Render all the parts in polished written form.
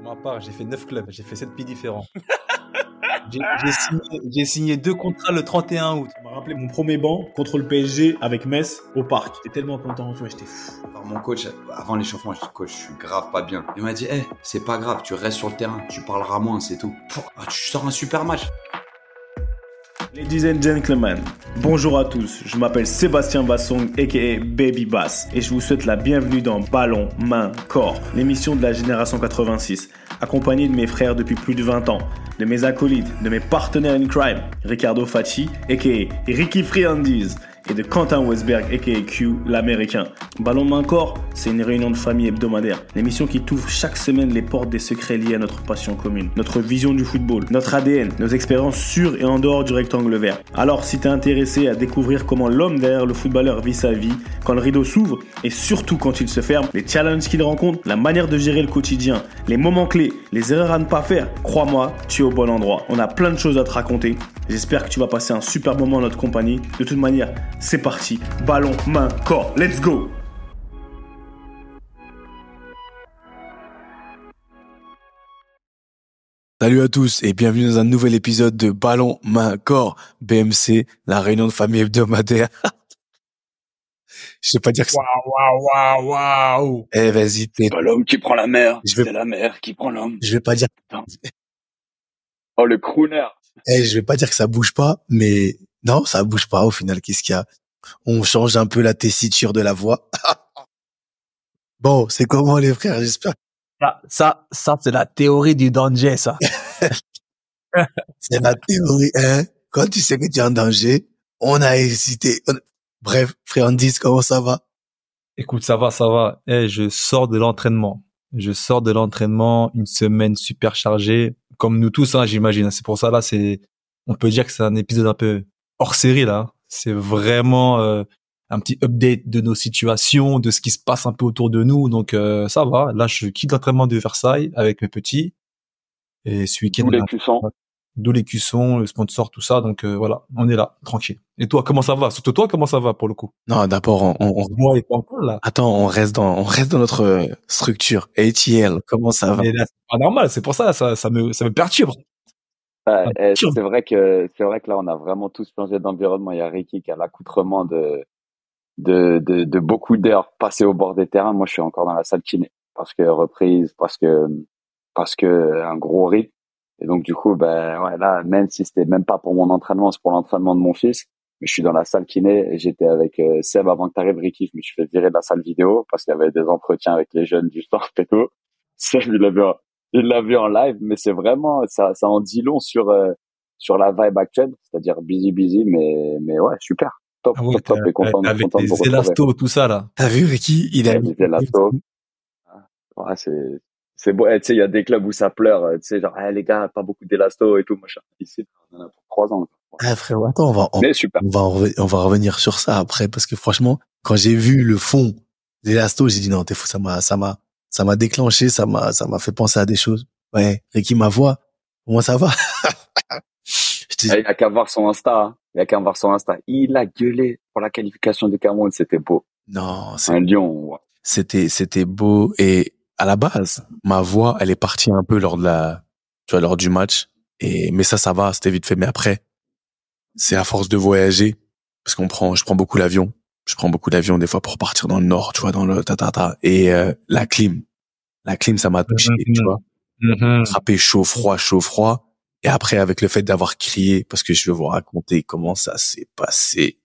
Moi, à part, j'ai fait 9 clubs, j'ai fait 7 pays différents. J'ai signé 2 contrats le 31 août. Ça m'a rappelé mon premier banc contre le PSG avec Metz au parc. J'étais tellement content, tu vois, j'étais fou. Alors mon coach, avant l'échauffement, je dis coach, je suis grave pas bien. Il m'a dit, c'est pas grave, tu restes sur le terrain, tu parleras moins, c'est tout. Tu sors un super match. Ladies and gentlemen, bonjour à tous, je m'appelle Sébastien Bassong aka Baby Bass et je vous souhaite la bienvenue dans Ballon, Main, Corps, l'émission de la génération 86, accompagné de mes frères depuis plus de 20 ans, de mes acolytes, de mes partenaires in crime, Ricardo Facci aka Ricky Friandiz et de Quentin Westberg aka Q, l'américain. Ballon, Main, Corps, c'est une réunion de famille hebdomadaire, l'émission qui t'ouvre chaque semaine les portes des secrets liés à notre passion commune, notre vision du football, notre ADN, nos expériences sur et en dehors du rectangle vert. Alors si t'es intéressé à découvrir comment l'homme derrière le footballeur vit sa vie, quand le rideau s'ouvre et surtout quand il se ferme, les challenges qu'il rencontre, la manière de gérer le quotidien, les moments clés, les erreurs à ne pas faire, crois-moi, tu es au bon endroit. On a plein de choses à te raconter. J'espère que tu vas passer un super moment en notre compagnie. De toute manière, c'est parti. Ballon, main, corps. Let's go! Salut à tous et bienvenue dans un nouvel épisode de Ballon, Main, Corps, BMC, la réunion de famille hebdomadaire. Je sais pas dire que Waouh. vas-y, C'est pas l'homme qui prend la mer, Je vais- c'est la mer qui prend l'homme. je vais pas dire, Oh, le crooner. je vais pas dire que ça bouge pas, mais non, ça bouge pas au final. Qu'est-ce qu'il y a? On change un peu la tessiture de la voix. Bon, c'est comment les frères? J'espère Ça, c'est la théorie du danger, ça. que c'est la théorie, hein. Quand tu sais que tu es en danger, on a hésité. Bref, Friandis, comment ça va? Écoute, ça va. Je sors de l'entraînement. Une semaine super chargée, comme nous tous, hein, j'imagine. C'est pour ça, là, on peut dire que c'est un épisode un peu hors série, là. C'est vraiment un petit update de nos situations, de ce qui se passe un peu autour de nous. Donc, ça va. Là, je quitte l'entraînement de Versailles avec mes petits. Et ce week-end, Tous les cuissons. d'où les cuissons, le sponsor, tout ça. Donc, voilà, on est là, tranquille. Et toi, comment ça va? Surtout toi, comment ça va, pour le coup? Non, d'abord, Moi, et pas encore, là. attends, on reste dans notre structure. ATL, comment ça va? Mais là, c'est pas normal. C'est pour ça, ça me perturbe. Tiens. C'est vrai que là, on a vraiment tous changé d'environnement. Il y a Ricky qui a l'accoutrement de beaucoup d'heures passées au bord des terrains. Moi, je suis encore dans la salle kiné parce que reprise, parce que un gros rythme. Et donc, du coup, ouais, là, même si c'était même pas pour mon entraînement, c'est pour l'entraînement de mon fils. Mais je suis dans la salle kiné et j'étais avec Seb avant que t'arrives, Ricky. Je me suis fait virer de la salle vidéo parce qu'il y avait des entretiens avec les jeunes du centre et tout. Seb, il l'a vu en live, mais c'est vraiment, ça en dit long sur la vibe actuelle. C'est-à-dire busy, mais ouais, super. Top, Ah ouais, top et content avec de les vous retrouver. élastos, tout ça, là. T'as vu, Ricky? Il a Les élastos. Ouais, c'est beau. Tu sais, il y a des clubs où ça pleure. Tu sais, genre, les gars, pas beaucoup d'élastos et tout, machin. Ici, on en a pour 3 ans. Ah, frérot, attends, Mais super. on va revenir sur ça après, parce que franchement, quand j'ai vu le fond des Elastos, j'ai dit non, t'es fou, ça m'a déclenché, ça m'a fait penser à des choses. Ouais, Ricky, ma voix, comment ça va? Je te dis, Il y a qu'à voir son Insta. Hein. Il a gueulé pour la qualification du Cameroun. C'était beau. non, Un lion. Ouais. c'était beau, et à la base, ma voix, elle est partie un peu lors du match, mais ça va, c'était vite fait, mais après, c'est à force de voyager, parce je prends beaucoup l'avion. Je prends beaucoup l'avion des fois pour partir dans le nord, tu vois, dans le et la clim, ça m'a touché, tu vois. Attrapé chaud, froid. Et après, avec le fait d'avoir crié, parce que je vais vous raconter comment ça s'est passé.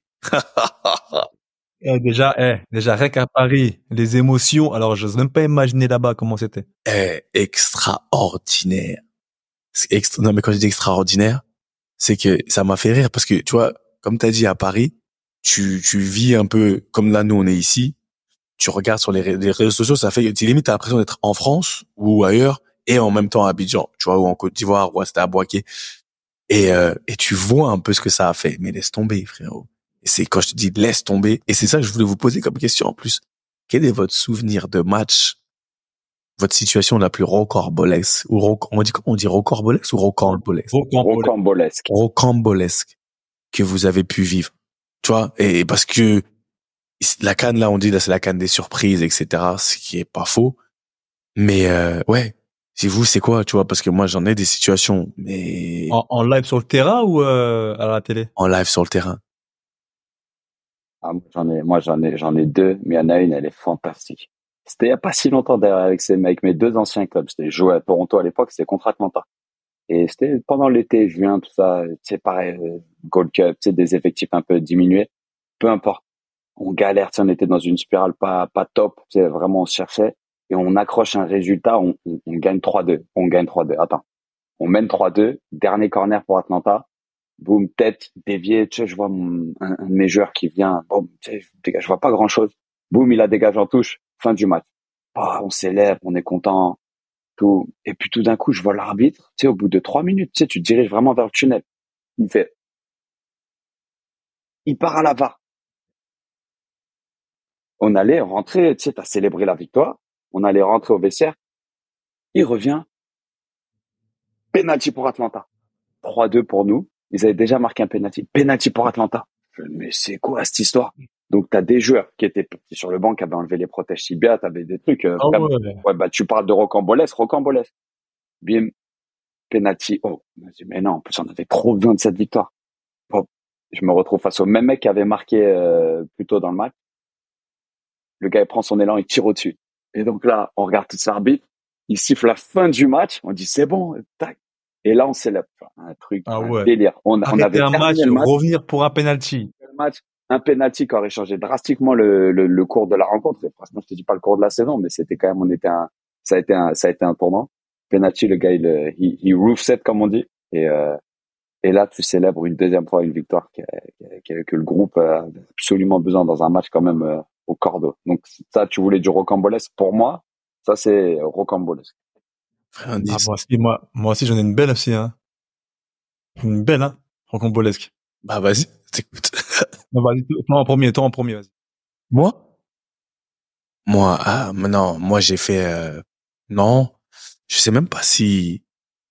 Déjà, rien qu'à Paris, les émotions. Alors, j'ose même pas imaginer là-bas comment c'était. Extraordinaire. Non, mais quand je dis extraordinaire, c'est que ça m'a fait rire parce que, tu vois, comme t'as dit à Paris, tu vis un peu comme là, nous, on est ici. Tu regardes sur les réseaux sociaux, ça fait, tu limite, t'as l'impression d'être en France ou ailleurs et en même temps à Abidjan, tu vois, ou en Côte d'Ivoire, ou c'était à Boaké. Et tu vois un peu ce que ça a fait. Mais laisse tomber, frérot. Et c'est quand je te dis laisse tomber. Et c'est ça que je voulais vous poser comme question en plus. Quel est votre souvenir de match? Votre situation la plus rocambolesque? On dit rocambolesque ou rocambolesque? Rocambolesque. Rocambolesque que vous avez pu vivre. Tu vois? Et parce que la CAN, là, on dit, là, c'est la CAN des surprises, etc. Ce qui est pas faux. Mais, ouais. Si vous, c'est quoi, tu vois, parce que moi, j'en ai des situations, mais En live sur le terrain ou à la télé? en live sur le terrain. Ah, j'en ai deux, mais il y en a une, elle est fantastique. C'était il y a pas si longtemps d'ailleurs avec mes deux anciens clubs. C'était je jouais à Toronto à l'époque, c'était contre Atlanta. Et c'était pendant l'été, juin, tout ça, c'est pareil, Gold Cup, tu sais, des effectifs un peu diminués. Peu importe. On galère, tu sais, on était dans une spirale pas top, tu sais, vraiment on se cherchait. Et on accroche un résultat, on gagne 3-2. On gagne 3-2. Attends. On mène 3-2. Dernier corner pour Atlanta. Boum, tête déviée, tu sais, je vois un de mes joueurs qui vient, boum, tu sais, je vois pas grand chose. Boum, il la dégage en touche. Fin du match. Ah, on célèbre, on est content, tout. Et puis tout d'un coup, je vois l'arbitre, tu sais, au bout de 3 minutes, tu sais, tu te diriges vraiment vers le tunnel. Il fait, il part à la VAR. On allait rentrer, tu sais, t'as célébré la victoire. On allait rentrer au vestiaire. Il revient. Penalty pour Atlanta. 3-2 pour nous. Ils avaient déjà marqué un penalty. Penalty pour Atlanta. Mais c'est quoi cette histoire? Donc t'as des joueurs qui étaient sur le banc, qui avaient enlevé les protèges tibia, t'avais des trucs Ah vraiment. ouais. Ouais, bah tu parles de rocambolesque. Bim, penalty. Oh, je me dis, mais non, en plus on avait trop besoin de cette victoire. Oh, je me retrouve face au même mec qui avait marqué plus tôt dans le match. Le gars il prend son élan, il tire au-dessus. Et donc là, on regarde tout ça arbitre, il siffle la fin du match, on dit c'est bon, tac. Et là on célèbre. Un truc, Ah un ouais. délire. On Arrêter avait un match, terminé le match. revenir pour un penalty. Le match, un penalty qui aurait changé drastiquement le cours de la rencontre. Et franchement, je te dis pas le cours de la saison, mais c'était quand même, ça a été un tournant. Penalty, le gars, il roof set, comme on dit. Et là, tu célèbres une deuxième fois une victoire que le groupe a absolument besoin dans un match quand même au cordeau. Donc ça, tu voulais du rocambolesque. Pour moi, ça c'est rocambolesque. Frère, Ah, moi aussi, j'en ai une belle aussi, hein. Une belle, hein. Rocambolesque. bah, vas-y, t'écoutes. Non, vas-y, toi en premier, vas-y. Moi? Moi, non, moi, j'ai fait, non, je sais même pas si,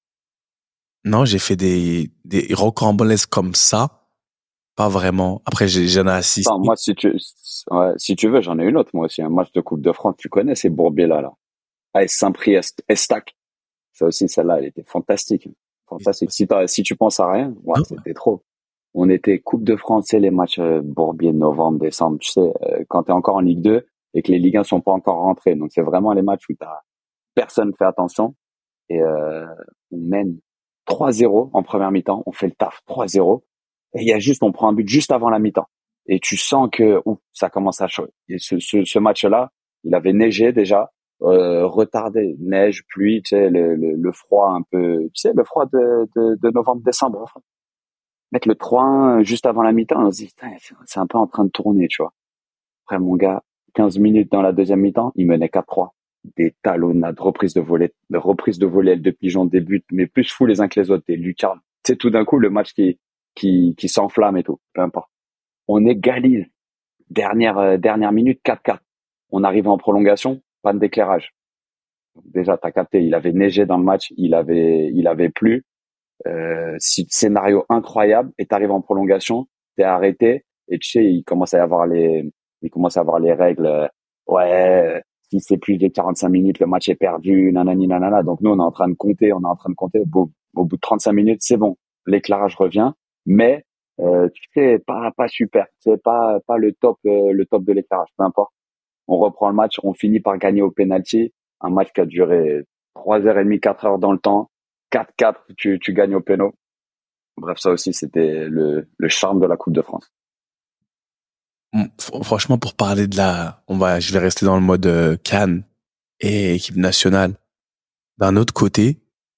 non, j'ai fait des rocambolesques comme ça. Pas vraiment. Après, j'en ai assisté. Attends, moi, si tu veux, j'en ai une autre, moi aussi. Un match de Coupe de France, tu connais ces bourbiers-là, là. Ah, Saint-Prix, Estac. Ça aussi, celle-là, elle était fantastique. Fantastique. Si tu penses à rien, ouais, Non. c'était trop. On était Coupe de France, c'est les matchs bourbiers novembre, décembre, tu sais, quand t'es encore en Ligue 2 et que les Ligue 1 sont pas encore rentrés. Donc, c'est vraiment les matchs où personne fait attention et on mène 3-0 en première mi-temps. On fait le taf 3-0 et on prend un but juste avant la mi-temps. Et tu sens que ça commence à chaud. Et ce match-là, il avait neigé déjà, retardé, neige, pluie, tu sais, le froid un peu, tu sais, le froid de novembre-décembre. Enfin. Mettre le 3-1 juste avant la mi-temps, on se dit, putain, c'est un peu en train de tourner, tu vois. Après, mon gars, 15 minutes dans la deuxième mi-temps, il menait 4-3. Des talonnades, reprises de volée, de pigeons, des buts, mais plus fous les uns que les autres, des lucarnes. Tu sais, tout d'un coup, le match qui s'enflamme et tout, peu importe. On égalise. Dernière minute, 4-4. On arrive en prolongation, panne d'éclairage. Déjà, t'as capté, il avait neigé dans le match, il avait plu. Scénario incroyable, et t'arrives en prolongation, t'es arrêté, et tu sais, il commence à avoir les règles, ouais, si c'est plus de 45 minutes, le match est perdu, nanani, nanana. Donc nous, on est en train de compter, boum, au bout de 35 minutes, c'est bon, l'éclairage revient, mais, tu sais, pas super, c'est pas le top de l'éclairage, peu importe. On reprend le match, on finit par gagner au penalty, un match qui a duré 3h30, 4 heures dans le temps, 4-4, tu gagnes au péno. Bref, ça aussi, c'était le charme de la Coupe de France. Franchement, pour parler je vais rester dans le mode CAN et équipe nationale. D'un autre côté,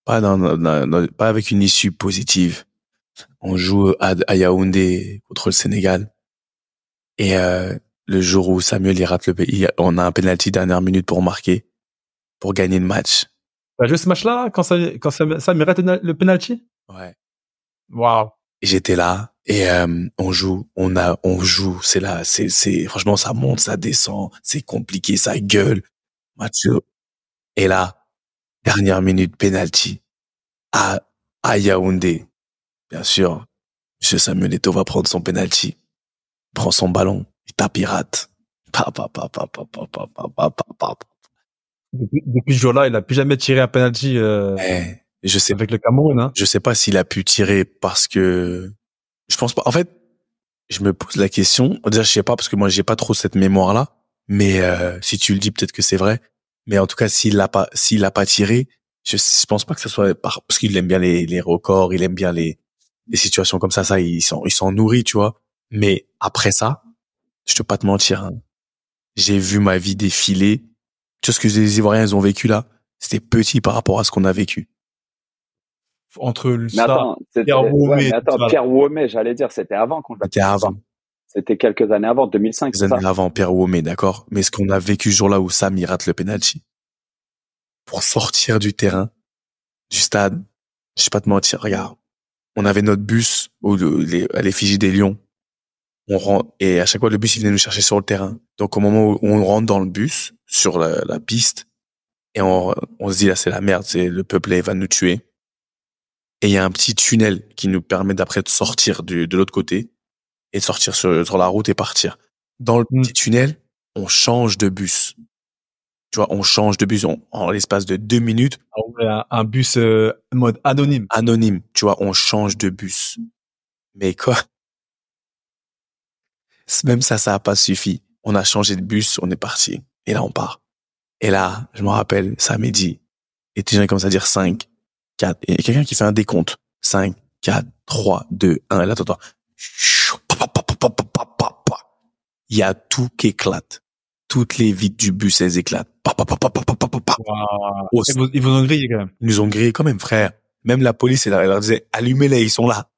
pas avec une issue positive. On joue à Yaoundé contre le Sénégal. Et le jour où Samuel il rate on a un penalty dernière minute pour marquer, pour gagner le match. T'as joué ce match-là, quand ça mérite le penalty? Ouais. Waouh. J'étais là et on joue, c'est là, c'est franchement ça monte, ça descend, c'est compliqué, ça gueule. Match. Et là, dernière minute penalty à Yaoundé. Bien sûr, Monsieur Samuel Eto'o va prendre son penalty, prend son ballon, il tape, il rate. Pa, pa, pa, pa, pa, pa, pa, pa, pa, pa, pa. Depuis ce jour-là, il a plus jamais tiré un penalty Je sais, avec le Cameroun. Hein. je sais pas s'il a pu tirer parce que je pense pas. En fait, je me pose la question. Déjà, je sais pas parce que moi, j'ai pas trop cette mémoire-là. Mais si tu le dis, peut-être que c'est vrai. Mais en tout cas, s'il l'a pas tiré, je pense pas que ce soit parce qu'il aime bien les records, il aime bien les situations comme ça. Il s'en nourrit, tu vois. Mais après ça, je te pas te mentir, hein, j'ai vu ma vie défiler. Tu vois ce que les Ivoiriens ils ont vécu là, c'était petit par rapport à ce qu'on a vécu. Entre Mais ça, attends, Pierre Wouhomé, mais attends, tout ça. Pierre Wouhomé, j'allais dire, c'était avant qu'on l'a C'était avant, C'était quelques années avant, 2005, des c'est ça? années avant Pierre Wouhomé, d'accord. Mais ce qu'on a vécu ce jour-là où Sam il rate le penalty pour sortir du terrain, du stade, je sais pas te mentir, regarde, on avait notre bus à l'effigie des Lions. On rentre, et à chaque fois le bus il venait nous chercher sur le terrain. Donc au moment où on rentre dans le bus sur la piste et on se dit là c'est la merde, c'est le peuple il va nous tuer. Et il y a un petit tunnel qui nous permet d'après de sortir de l'autre côté et de sortir sur la route et partir. Dans le petit tunnel, on change de bus. Tu vois, on change de bus en l'espace de 2 minutes. Ah ouais, un bus mode anonyme. Anonyme, tu vois, on change de bus. Mais quoi? Même ça a pas suffi. On a changé de bus, on est parti. Et là, on part. Et là, je me rappelle, ça m'a dit, et les gens commencent à dire 5, 4, et quelqu'un qui fait un décompte. 5, 4, 3, 2, 1, et là, attends. Il y a tout qui éclate. Toutes les vitres du bus, elles éclatent. Wow. Ils vous ont grillé quand même. Ils nous ont grillé quand même, frère. Même la police, elle leur disait, allumez-les, ils sont là.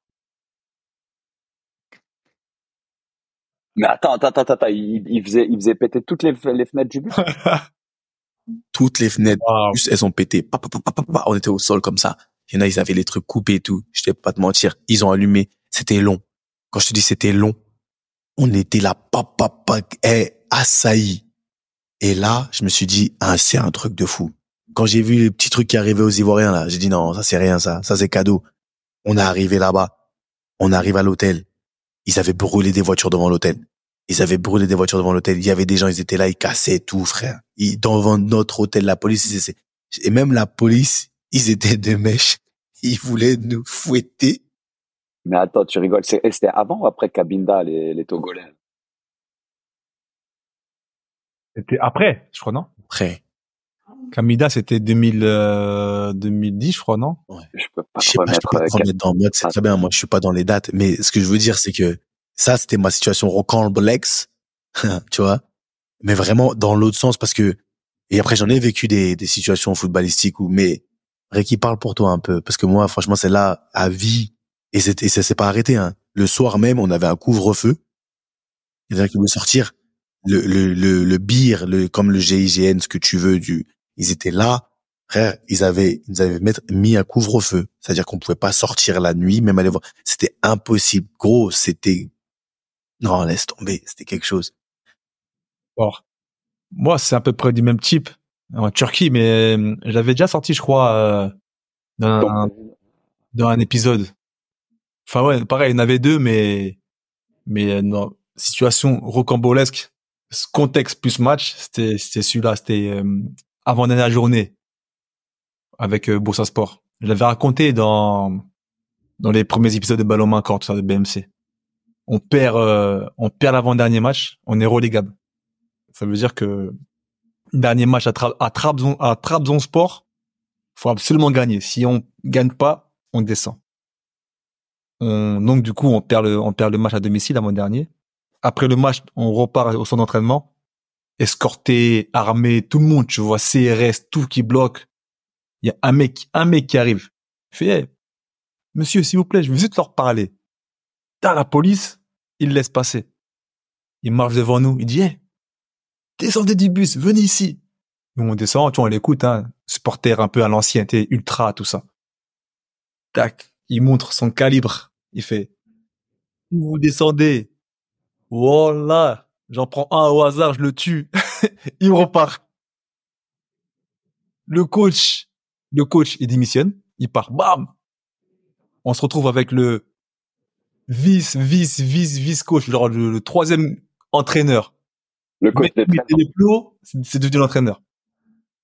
Mais attends, il faisait péter toutes les fenêtres du bus. Toutes les fenêtres du bus, elles ont pété. On était au sol comme ça. Il y en a, ils avaient les trucs coupés et tout. Je vais pas te mentir. Ils ont allumé. C'était long. Quand je te dis c'était long, on était là, assaillis. Et là, je me suis dit, c'est un truc de fou. Quand j'ai vu les petits trucs qui arrivaient aux Ivoiriens, là, j'ai dit non, ça c'est rien, ça c'est cadeau. On est arrivé là-bas. On arrive à l'hôtel. Ils avaient brûlé des voitures devant l'hôtel. Il y avait des gens, ils étaient là, ils cassaient tout, frère. Devant notre hôtel, la police, et même la police, ils étaient de mèche. Ils voulaient nous fouetter. Mais attends, tu rigoles. C'était avant ou après Cabinda, les Togolais? C'était après, je crois, non? Après. Kamida, c'était 2010, je crois, non? Ouais. Je peux pas Je peux pas te remettre dans le mode, c'est très bien. Moi, je suis pas dans les dates. Mais ce que je veux dire, c'est que ça, c'était ma situation rocamblex. Tu vois? Mais vraiment dans l'autre sens parce que, et après, j'en ai vécu des situations footballistiques mais, Ricky, parle pour toi un peu. Parce que moi, franchement, c'est là, à vie. Et ça s'est pas arrêté, hein. Le soir même, on avait un couvre-feu. Il y en a qui voulaient sortir. Le beer, comme le GIGN, ce que tu veux, ils étaient là. Frère, ils avaient mis un couvre-feu. C'est-à-dire qu'on pouvait pas sortir la nuit, même aller voir. C'était impossible. Gros, non, laisse tomber. C'était quelque chose. Bon. Moi, c'est à peu près du même type en Turquie, mais j'avais déjà sorti, je crois, dans un épisode. Enfin ouais, pareil, il y en avait 2, mais non, situation rocambolesque. Ce contexte plus match, c'était celui-là, c'était avant-dernière journée avec Boursa Sport. Je l'avais raconté dans les premiers épisodes de Ballon Main Corps, tout ça, de BMC. On perd l'avant-dernier match, on est relégable. Ça veut dire que dernier match à Trabzonspor, faut absolument gagner. Si on gagne pas, on descend. Donc du coup, on perd le match à domicile avant-dernier. Après le match, on repart au centre d'entraînement, escorté, armé, tout le monde, tu vois, CRS, tout qui bloque. Il y a un mec qui arrive. Il fait, hey, monsieur, s'il vous plaît, je veux juste leur parler. Dans la police, il laisse passer. Il marche devant nous, il dit, hey, descendez du bus, venez ici. Nous, on descend, tu vois, on l'écoute, hein, supporter un peu à l'ancien, t'es ultra, tout ça. Tac, il montre son calibre. Il fait, vous descendez. Voilà, j'en prends un au hasard, je le tue. Il repart. Le coach, il démissionne, il part. Bam! On se retrouve avec le vice coach, genre le troisième entraîneur. Le coach des les plots, c'est devenu l'entraîneur.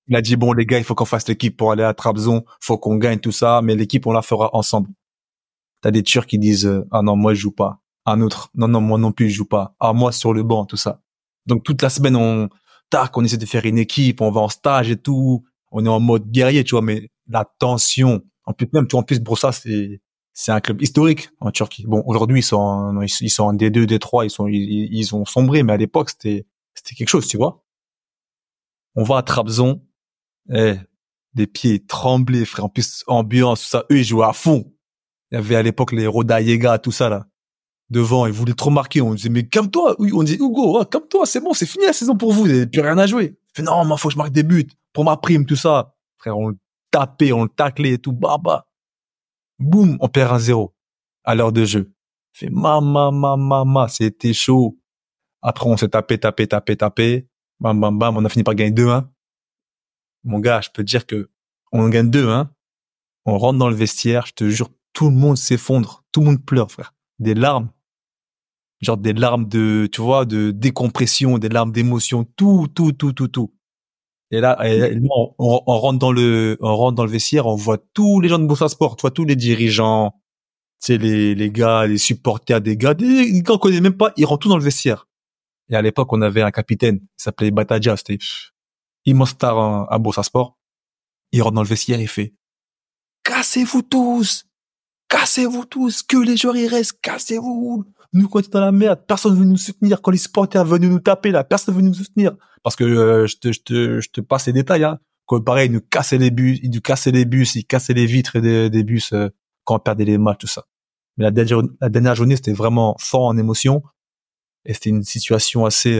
Il a dit, bon, les gars, il faut qu'on fasse l'équipe pour aller à Trabzon, faut qu'on gagne tout ça, mais l'équipe, on la fera ensemble. T'as des Turcs qui disent, ah non, moi, je joue pas. Un autre, non, non, moi non plus, je joue pas. Ah, moi, sur le banc, tout ça. Donc, toute la semaine, on essaie de faire une équipe, on va en stage et tout. On est en mode guerrier, tu vois, mais la tension. En plus, même, tu vois, en plus, Bursa, c'est un club historique en Turquie. Bon, aujourd'hui, ils sont en D2, D3, ils ont sombré, mais à l'époque, c'était quelque chose, tu vois. On va à Trabzon, des pieds tremblés, frère. En plus, ambiance, tout ça. Eux, ils jouaient à fond. Il y avait à l'époque les Roda Yega, tout ça, là. Devant, ils voulaient trop marquer. On disait, mais calme-toi. Oui, on dit, Hugo, calme-toi, c'est bon, c'est fini la saison pour vous. Il n'y a plus rien à jouer. Il fait, non, moi, faut que je marque des buts. Pour ma prime, tout ça. Frère, on le tapait, on le taclait et tout. Bah. Boum, on perd 1-0 à l'heure de jeu. Il fait, mama, c'était chaud. Après, on s'est tapé. Bam, bam, bam. On a fini par gagner 2-1. Mon gars, je peux te dire que on gagne 2-1. On rentre dans le vestiaire. Je te jure, tout le monde s'effondre. Tout le monde pleure, frère. Des larmes. Genre des larmes tu vois, de décompression, des larmes d'émotion, tout. Et là, on rentre dans le vestiaire, on voit tous les gens de Bursaspor, tu vois, tous les dirigeants, tu sais, les gars, les supporters des gars qu'on connaît même pas, ils rentrent tous dans le vestiaire. Et à l'époque, on avait un capitaine, il s'appelait Bataja, c'était immense star à Bursaspor. Il rentre dans le vestiaire, il fait, cassez-vous tous, que les joueurs y restent, cassez-vous. Nous, quand on est dans la merde, personne veut nous soutenir. Quand les supporters veulent nous taper, là, personne veut nous soutenir. Parce que je te passe les détails. Hein. Quand pareil, ils nous cassaient les bus, ils cassaient les vitres des bus quand on perdait les matchs, tout ça. Mais la dernière journée, c'était vraiment fort en émotion et c'était une situation assez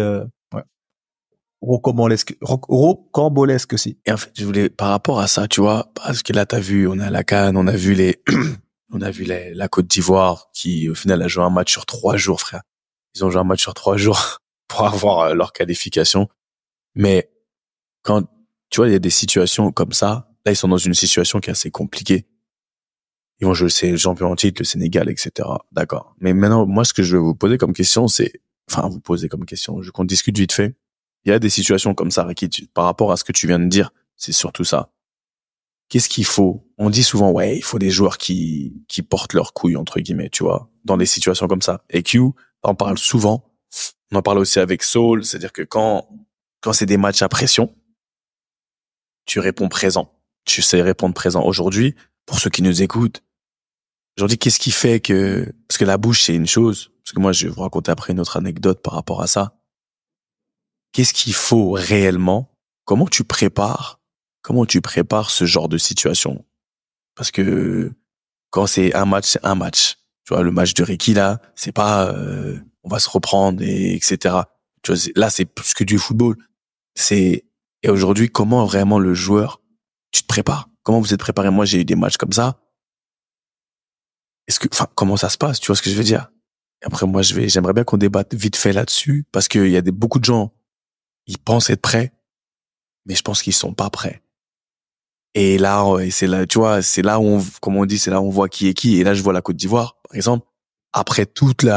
rocambolesque aussi. Et en fait, je voulais, par rapport à ça, tu vois, parce que là, t'as vu, on a la CAN, on a vu la Côte d'Ivoire qui, au final, a joué un match sur 3 jours, frère. Ils ont joué un match sur 3 jours pour avoir leur qualification. Mais quand, tu vois, il y a des situations comme ça, là, ils sont dans une situation qui est assez compliquée. Ils vont jouer le champion en titre, le Sénégal, etc. D'accord. Mais maintenant, moi, ce que je veux vous poser comme question, je qu'on discute vite fait. Il y a des situations comme ça, Ricky, par rapport à ce que tu viens de dire, c'est surtout ça. Qu'est-ce qu'il faut? On dit souvent, ouais, il faut des joueurs qui portent leurs couilles, entre guillemets, tu vois, dans des situations comme ça. Et Q, on en parle souvent. On en parle aussi avec Saul, c'est-à-dire que quand c'est des matchs à pression, tu réponds présent. Tu sais répondre présent. Aujourd'hui, pour ceux qui nous écoutent, aujourd'hui, qu'est-ce qui fait parce que la bouche, c'est une chose. Parce que moi, je vais vous raconter après une autre anecdote par rapport à ça. Qu'est-ce qu'il faut réellement? Comment tu prépares ce genre de situation? Parce que quand c'est un match, c'est un match. Tu vois, le match de Ricky, là, c'est pas, on va se reprendre etc. Tu vois, là, c'est plus que du football. Et aujourd'hui, comment vraiment le joueur, tu te prépares? Comment vous êtes préparé? Moi, j'ai eu des matchs comme ça. Comment ça se passe? Tu vois ce que je veux dire? Et après, moi, j'aimerais bien qu'on débatte vite fait là-dessus, parce qu'il y a beaucoup de gens, ils pensent être prêts, mais je pense qu'ils sont pas prêts. Et là, c'est là, tu vois, c'est là où comme on dit, c'est là où on voit qui est qui. Et là, je vois la Côte d'Ivoire, par exemple. Après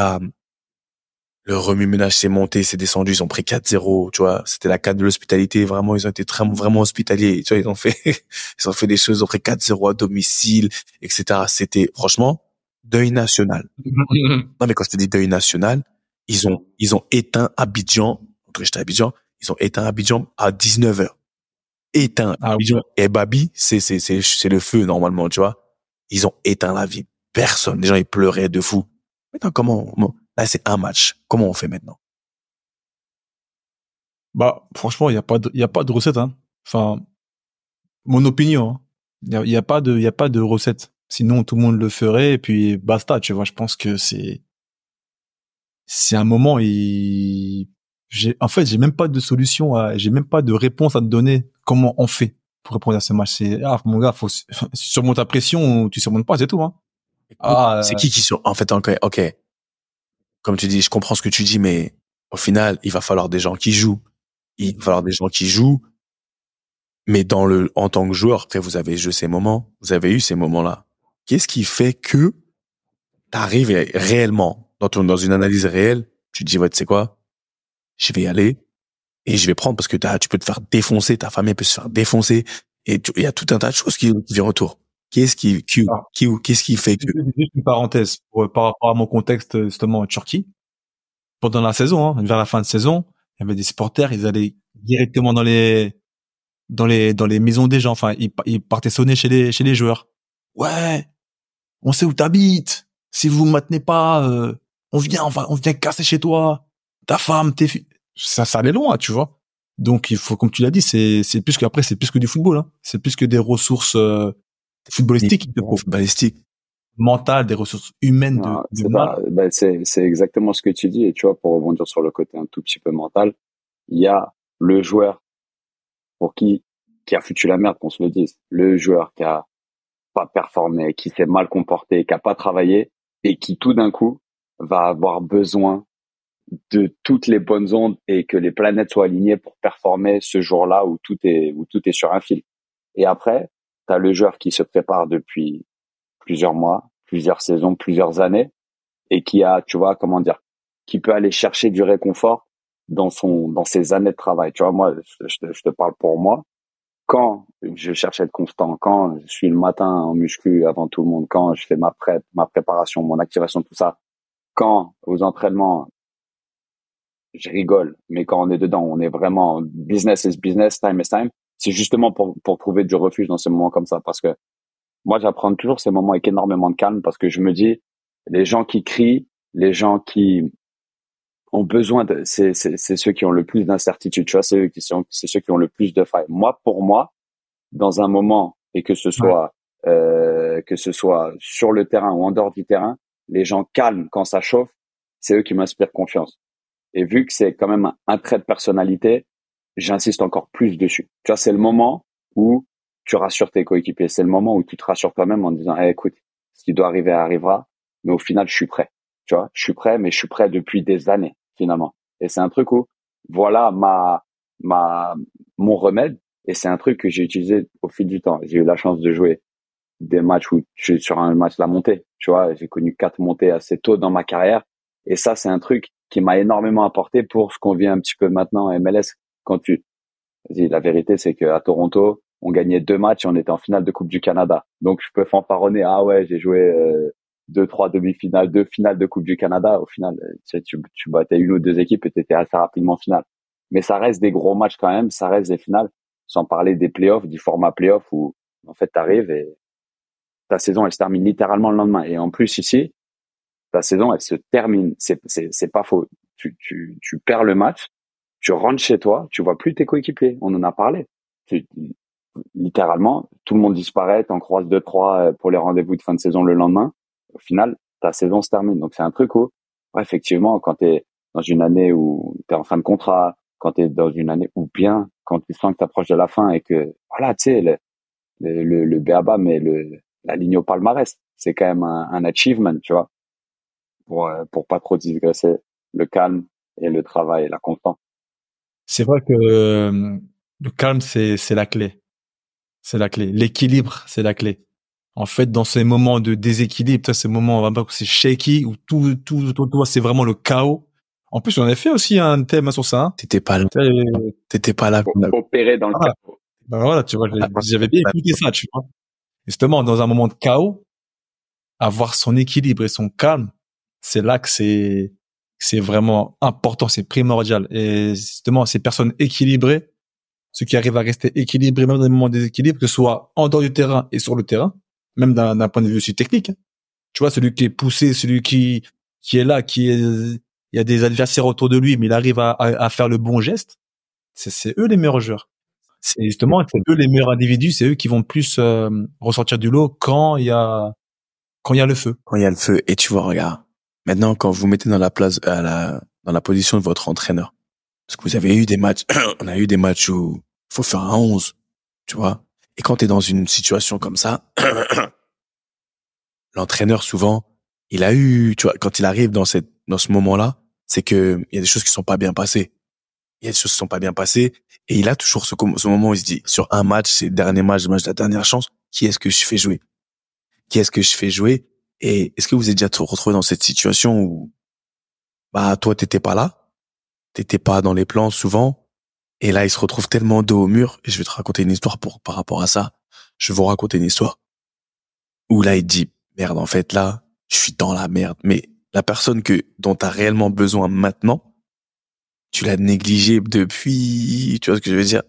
le remue-ménage s'est monté, s'est descendu, ils ont pris 4-0, tu vois. C'était la CAN de l'hospitalité, vraiment, ils ont été vraiment hospitaliers. Tu vois, ils ont fait des choses, ils ont pris 4-0 à domicile, etc. C'était, franchement, deuil national. Non, mais quand je te dis deuil national, ils ont éteint Abidjan, quand j'étais à Abidjan, ils ont éteint Abidjan à 19h. Éteint Abidjan. Et Babi, c'est le feu, normalement, tu vois. Ils ont éteint la ville. Personne. Les gens, ils pleuraient de fou. Maintenant, là, c'est un match. Comment on fait maintenant? Bah, franchement, il y a pas de recette, hein. Enfin, mon opinion, hein. Il y a pas de recette. Sinon, tout le monde le ferait et puis basta, tu vois. Je pense que c'est un moment j'ai même pas de solution j'ai même pas de réponse à te donner. Comment on fait pour répondre à ce match? C'est, mon gars, faut surmonter ta pression ou tu surmontes pas, c'est tout, hein. C'est qui en fait, ok. Comme tu dis, je comprends ce que tu dis, mais au final, il va falloir des gens qui jouent. Il va falloir des gens qui jouent. Mais en tant que joueur, après, vous avez eu ces moments-là. Qu'est-ce qui fait que t'arrives réellement, dans une analyse réelle, tu te dis, ouais, tu sais quoi? Je vais y aller et je vais prendre parce que tu peux te faire défoncer, ta famille peut se faire défoncer, et il y a tout un tas de choses qui viennent autour. Qu'est-ce qui fait que... Juste une parenthèse par rapport à mon contexte justement en Turquie. Pendant la saison, hein, vers la fin de saison, il y avait des supporters, ils allaient directement dans les maisons des gens. Enfin, ils partaient sonner chez les joueurs. Ouais, on sait où t'habites. Si vous maintenez pas, on vient casser chez toi. Ta femme, tes filles. Ça allait loin, tu vois. Donc il faut, comme tu l'as dit, c'est plus que du football. Hein. C'est plus que des ressources footballistiques, balistiques, mentales, des ressources humaines Non, de c'est mal. pas, ben, c'est exactement ce que tu dis. Et tu vois, pour rebondir sur le côté un tout petit peu mental, il y a le joueur pour qui a foutu la merde, qu'on se le dise. Le joueur qui a pas performé, qui s'est mal comporté, qui a pas travaillé et qui tout d'un coup va avoir besoin de toutes les bonnes ondes et que les planètes soient alignées pour performer ce jour-là où tout est sur un fil. Et après, tu as le joueur qui se prépare depuis plusieurs mois, plusieurs saisons, plusieurs années et qui a, tu vois, comment dire, qui peut aller chercher du réconfort dans ses années de travail. Tu vois, moi, je te parle pour moi. Quand je cherche à être constant, quand je suis le matin en muscu avant tout le monde, quand je fais ma préparation, mon activation, tout ça, quand aux entraînements, je rigole, mais quand on est dedans, on est vraiment business is business, time is time. C'est justement pour trouver du refuge dans ces moments comme ça, parce que moi, j'apprends toujours ces moments avec énormément de calme, parce que je me dis, les gens qui crient, les gens qui ont besoin c'est ceux qui ont le plus d'incertitude, tu vois, c'est ceux qui ont le plus de failles. Moi, pour moi, dans un moment, et que ce soit sur le terrain ou en dehors du terrain, les gens calmes quand ça chauffe, c'est eux qui m'inspirent confiance. Et vu que c'est quand même un trait de personnalité, j'insiste encore plus dessus. Tu vois, c'est le moment où tu rassures tes coéquipiers. C'est le moment où tu te rassures toi-même en disant, écoute, ce qui doit arriver arrivera, mais au final, je suis prêt. Tu vois, je suis prêt, mais je suis prêt depuis des années, finalement. Et c'est un truc où, voilà mon remède. Et c'est un truc que j'ai utilisé au fil du temps. J'ai eu la chance de jouer des matchs où je suis sur un match la montée. Tu vois, j'ai connu 4 montées assez tôt dans ma carrière. Et ça, c'est un truc qui m'a énormément apporté pour ce qu'on vit un petit peu maintenant en MLS. La vérité, c'est qu'à Toronto, on gagnait 2 matchs et on était en finale de Coupe du Canada. Donc, je peux fanfaronner, ah ouais, j'ai joué 2-3 demi-finales, 2 finales de Coupe du Canada. Au final, tu battais une ou deux équipes et t'étais assez rapidement en finale. Mais ça reste des gros matchs quand même, ça reste des finales, sans parler des playoffs, du format playoff où, en fait, t'arrives et ta saison, elle se termine littéralement le lendemain. Et en plus, ici, ta saison, elle se termine. C'est pas faux. Tu perds le match, tu rentres chez toi, tu vois plus tes coéquipiers. On en a parlé. Littéralement, tout le monde disparaît, t'en croises 2-3 pour les rendez-vous de fin de saison le lendemain. Au final, ta saison se termine. Donc, c'est un truc où, ouais, effectivement, quand t'es dans une année où t'es en fin de contrat, quand t'es dans une année où bien, quand tu sens que t'approches de la fin et que, voilà, tu sais, le béaba, mais la ligne au palmarès, c'est quand même un achievement, tu vois, pour pas trop digresser, le calme et le travail et la constance. C'est vrai que le calme, c'est la clé. C'est la clé. L'équilibre, c'est la clé. En fait, dans ces moments de déséquilibre, ces moments où c'est shaky, où tout, c'est vraiment le chaos. En plus, on avait fait aussi un thème sur ça. Hein. T'étais pas là. Opérer dans le chaos. Ben voilà, tu vois, j'avais bien écouté ça, tu vois. Justement, dans un moment de chaos, avoir son équilibre et son calme, c'est là que c'est vraiment important, c'est primordial. Et justement, ces personnes équilibrées, ceux qui arrivent à rester équilibrés même dans des moments de déséquilibre, que ce soit en dehors du terrain et sur le terrain, même d'un point de vue aussi technique. Hein. Tu vois, celui qui est poussé, celui qui est là, il y a des adversaires autour de lui, mais il arrive à faire le bon geste. C'est eux les meilleurs joueurs. C'est eux les meilleurs individus, c'est eux qui vont plus ressortir du lot quand il y a le feu. Quand il y a le feu. Et tu vois, regarde. Maintenant, quand vous mettez dans la place, dans la position de votre entraîneur. Parce que vous avez eu des matchs, on a eu des matchs où il faut faire un 11, tu vois. Et quand t'es dans une situation comme ça, l'entraîneur, souvent, il a eu, tu vois, quand il arrive dans ce moment-là, c'est que il y a des choses qui sont pas bien passées. Il y a des choses qui sont pas bien passées. Et il a toujours ce moment où il se dit, sur un match, c'est le dernier match, le match de la dernière chance, qui est-ce que je fais jouer? Qui est-ce que je fais jouer? Et est-ce que vous êtes déjà retrouvé dans cette situation où, bah, toi, t'étais pas là? T'étais pas dans les plans souvent? Et là, il se retrouve tellement dos au mur. Et je vais te raconter une histoire par rapport à ça. Je vais vous raconter une histoire où là, il dit, merde, en fait, là, je suis dans la merde. Mais la personne dont t'as réellement besoin maintenant, tu l'as négligée depuis, tu vois ce que je veux dire?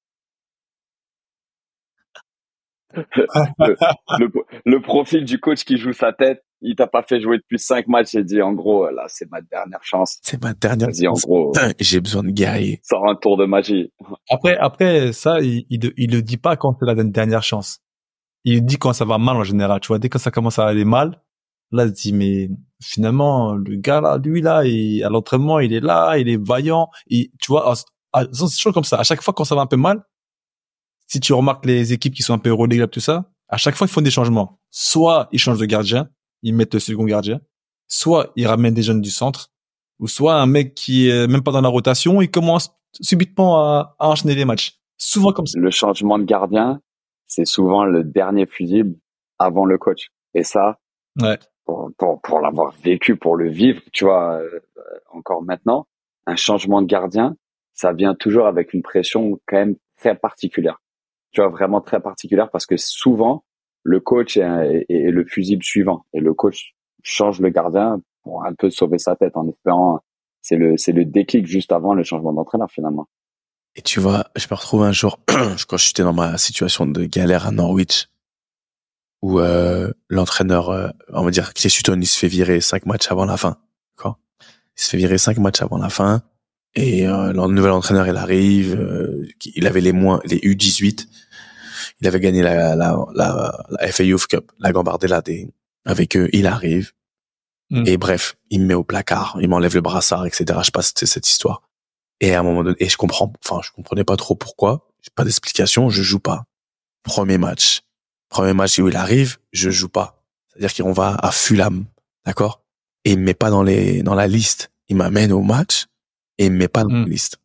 Le profil du coach qui joue sa tête, il t'a pas fait jouer depuis 5 matchs et dit en gros là c'est ma dernière chance. C'est ma dernière Vas-y en chance. gros, J'ai besoin de guerrier. sors un tour de magie. Après, ça, il le dit pas quand c'est la dernière chance. Il le dit quand ça va mal en général, tu vois. Dès que ça commence à aller mal, là, il se dit, mais finalement, le gars là, lui là, à l'entraînement, il est là, il est vaillant. Et, tu vois, c'est toujours comme ça. À chaque fois quand ça va un peu mal, si tu remarques les équipes qui sont un peu relégables, tout ça, à chaque fois, ils font des changements. Soit ils changent de gardien, ils mettent le second gardien. Soit ils ramènent des jeunes du centre. Ou soit un mec qui est même pas dans la rotation, il commence subitement à enchaîner les matchs. Souvent comme ça. Le changement de gardien, c'est souvent le dernier fusible avant le coach. Et ça, Ouais. pour l'avoir vécu, pour le vivre, tu vois, encore maintenant, un changement de gardien, ça vient toujours avec une pression quand même très particulière. Tu vois, vraiment très particulière parce que souvent, le coach est le fusible suivant et le coach change le gardien pour un peu sauver sa tête en espérant, c'est le déclic juste avant le changement d'entraîneur finalement. Et tu vois, je me retrouve un jour, quand j'étais dans ma situation de galère à Norwich, où l'entraîneur, on va dire, Chris Hutton, il se fait virer 5 matchs avant la fin. D'accord. Il se fait virer 5 matchs avant la fin. Et le nouvel entraîneur, il arrive. Il avait les U18. Il avait gagné la FA Youth Cup, la Gambardella avec eux. Il arrive. Et bref, il me met au placard. Il m'enlève le brassard, etc. Je passe cette histoire. Et à un moment donné, et je comprenais pas trop pourquoi. J'ai pas d'explication. Je joue pas. Premier match où il arrive, je joue pas. C'est-à-dire qu'on va à Fulham, d'accord? Et il me met pas dans la liste. Il m'amène au match et il me met pas dans la liste.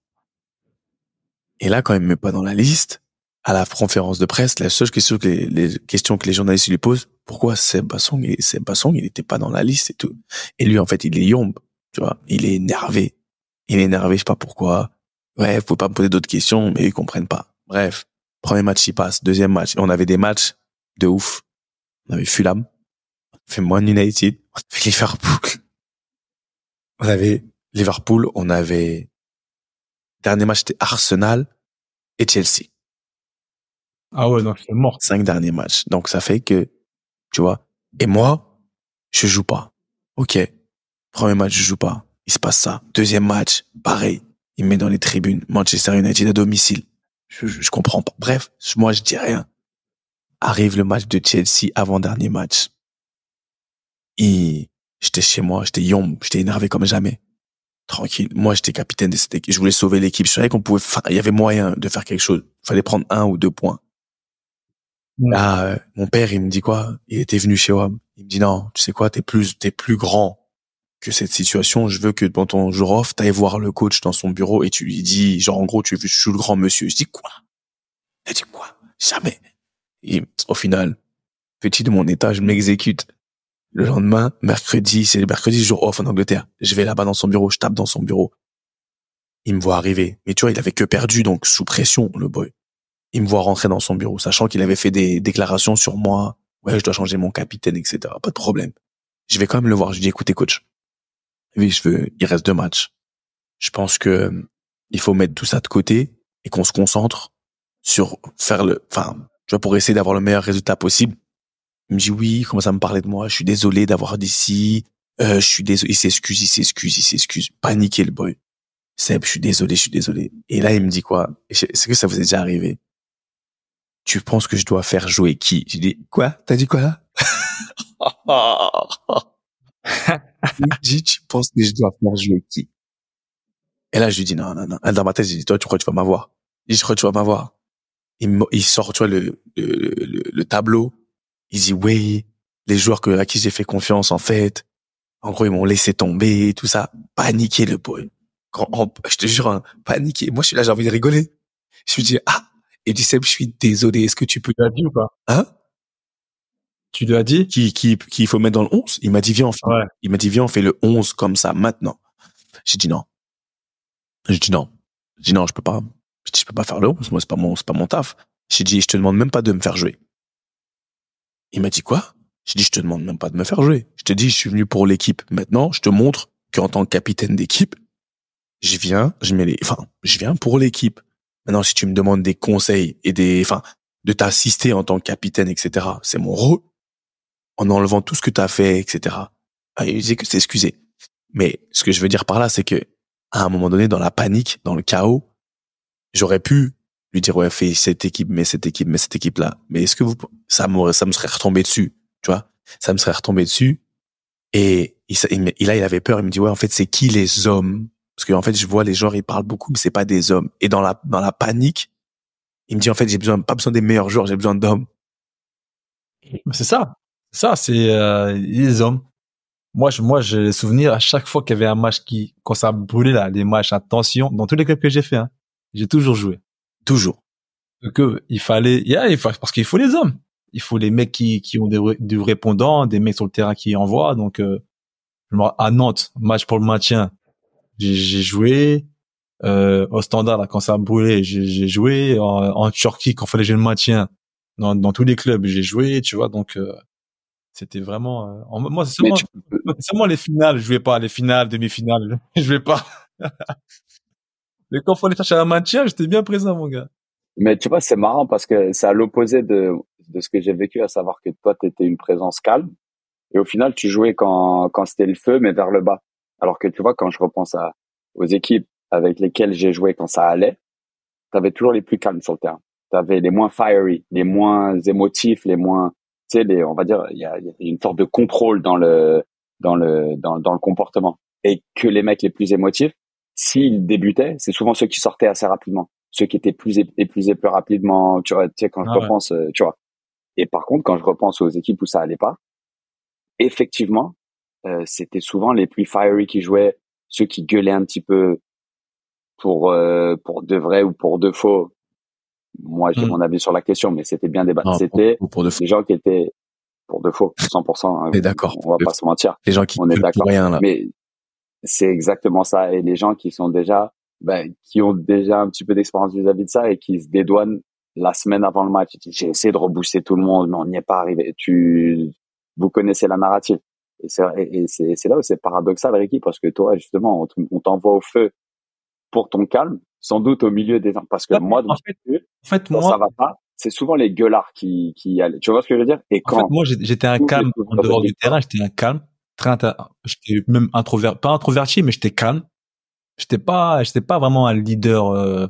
Et là, quand il me met pas dans la liste, à la conférence de presse, la seule question les questions que les journalistes lui posent, pourquoi Seb Bassong, il était pas dans la liste et tout. Et lui, en fait, il est yombe, tu vois. Il est énervé, je sais pas pourquoi. Ouais, vous pouvez pas me poser d'autres questions, mais ils comprennent pas. Bref. Premier match, il passe. Deuxième match. Et on avait des matchs de ouf. On avait Fulham. On avait Man United. On avait Liverpool. On avait dernier match, c'était Arsenal et Chelsea. Ah ouais, non, c'est mort. 5 derniers matchs. Donc, ça fait que, tu vois. Et moi, je joue pas. Ok. Premier match, je joue pas. Il se passe ça. Deuxième match, pareil. Il me met dans les tribunes. Manchester United à domicile. Je comprends pas. Bref, moi, je dis rien. Arrive le match de Chelsea, avant-dernier match. J'étais chez moi, j'étais énervé comme jamais. Tranquille. Moi, j'étais capitaine de cette équipe. Je voulais sauver l'équipe. Je savais il y avait moyen de faire quelque chose. Il fallait prendre 1 ou 2 points. Là, mon père, il me dit quoi? Il était venu chez WAM. Il me dit non, tu sais quoi, t'es plus grand que cette situation. Je veux que dans ton jour off, t'ailles voir le coach dans son bureau et tu lui dis, genre, en gros, je suis le grand monsieur. Je dis quoi? Il dit quoi? Jamais. Et au final, petit de mon état, je m'exécute. Le lendemain, mercredi, jour off en Angleterre. Je vais là-bas dans son bureau, je tape dans son bureau. Il me voit arriver. Mais tu vois, il avait que perdu, donc sous pression, le boy. Il me voit rentrer dans son bureau, sachant qu'il avait fait des déclarations sur moi. Ouais, je dois changer mon capitaine, etc. Pas de problème. Je vais quand même le voir. Je dis, écoutez, coach. Oui, il reste 2 matchs. Je pense que il faut mettre tout ça de côté et qu'on se concentre sur tu vois, pour essayer d'avoir le meilleur résultat possible. Il me dit oui, il commence à me parler de moi. Je suis désolé d'avoir dit ci. Je suis désolé. Il s'excuse. Paniqué, le boy. Seb, je suis désolé. Et là, il me dit quoi? Est-ce que ça vous est déjà arrivé? Tu penses que je dois faire jouer qui? J'ai dit, quoi? T'as dit quoi là? Il me dit, tu penses que je dois faire jouer qui? Et là, je lui dis, non. Dans ma tête, j'ai dit, toi, tu crois que tu vas m'avoir? Je dis, je crois que tu vas m'avoir. Il sort, tu vois, le tableau. Il dit, oui, les joueurs à qui j'ai fait confiance, en fait, en gros, ils m'ont laissé tomber, tout ça. Paniqué, le boy. Je te jure, hein, paniqué. Moi, je suis là, j'ai envie de rigoler. Je lui dis, et du Seb, je suis désolé, est-ce que tu peux... Tu l'as dit ou pas? Hein? Tu l'as dit? Qu'il faut mettre dans le 11? Il m'a dit, viens, on fait le 11 comme ça, maintenant. J'ai dit non. Je peux pas. Je dis, je peux pas faire le 11. Moi, c'est pas mon taf. J'ai dit, je te demande même pas de me faire jouer. Il m'a dit quoi? J'ai dit, je te demande même pas de me faire jouer. Je te dis, je suis venu pour l'équipe. Maintenant, je te montre qu'en tant que capitaine d'équipe, je viens pour l'équipe. Maintenant, si tu me demandes des conseils et de t'assister en tant que capitaine, etc., c'est mon rôle. En enlevant tout ce que t'as fait, etc. Ah, il disait que c'est excusé. Mais ce que je veux dire par là, c'est que, à un moment donné, dans la panique, dans le chaos, j'aurais pu lui dire, ouais, fais cette équipe, mais cette équipe-là. Mais est-ce que ça me serait retombé dessus, tu vois? Ça me serait retombé dessus. Et il avait peur. Il me dit, ouais, en fait, c'est qui les hommes? Parce que, en fait, je vois les gens, ils parlent beaucoup, mais c'est pas des hommes. Et dans la panique, il me dit, en fait, pas besoin des meilleurs joueurs, j'ai besoin d'hommes. C'est ça. Ça, c'est les hommes. Moi, j'ai le souvenir à chaque fois qu'il y avait un match quand ça brûlait là, les matchs à tension, dans tous les clubs que j'ai fait, hein, j'ai toujours joué. Toujours. Parce qu'il faut les hommes. Il faut les mecs qui ont du répondant, des mecs sur le terrain qui envoient. Donc, à Nantes, match pour le maintien, j'ai joué. Au Standard, là, quand ça brûlait, j'ai joué. En Turquie, quand fallait jouer le maintien, dans tous les clubs, j'ai joué, tu vois. Donc, c'était vraiment, moi, c'est seulement les finales. Je jouais pas les finales, demi-finales. Je jouais pas. Mais quand fallait chercher un maintien, j'étais bien présent, mon gars. Mais tu vois, c'est marrant parce que c'est à l'opposé de ce que j'ai vécu, à savoir que toi, t'étais une présence calme. Et au final, tu jouais quand c'était le feu, mais vers le bas. Alors que tu vois, quand je repense aux équipes avec lesquelles j'ai joué quand ça allait, t'avais toujours les plus calmes sur le terrain. T'avais les moins fiery, les moins émotifs, les moins, tu sais, on va dire, il y a une sorte de contrôle dans le comportement. Et que les mecs les plus émotifs, s'ils débutaient, c'est souvent ceux qui sortaient assez rapidement. Ceux qui étaient épuisés plus rapidement, tu sais, quand je repense, tu vois. Et par contre, quand je repense aux équipes où ça allait pas, effectivement, c'était souvent les plus fiery qui jouaient, ceux qui gueulaient un petit peu pour de vrai ou pour de faux. Moi, j'ai mon avis sur la question, mais c'était bien débattu. C'était les gens qui étaient pour de faux, 100%. On est d'accord. On va pas se mentir. Les gens qui on est d'accord. Rien, là. Mais c'est exactement ça. Et les gens qui sont déjà, qui ont déjà un petit peu d'expérience vis-à-vis de ça et qui se dédouanent la semaine avant le match. J'ai essayé de rebooster tout le monde, mais on n'y est pas arrivé. Vous connaissez la narrative. Et c'est là où c'est paradoxal, Ricky, parce que toi, justement, on t'envoie au feu pour ton calme, sans doute au milieu des gens. Parce que moi, quand ça va pas, c'est souvent les gueulards qui allaient. Tu vois ce que je veux dire? Et en fait, moi, j'étais un calme en dehors du terrain, j'étais un calme. J'étais même pas introverti, mais j'étais calme. J'étais pas vraiment un leader,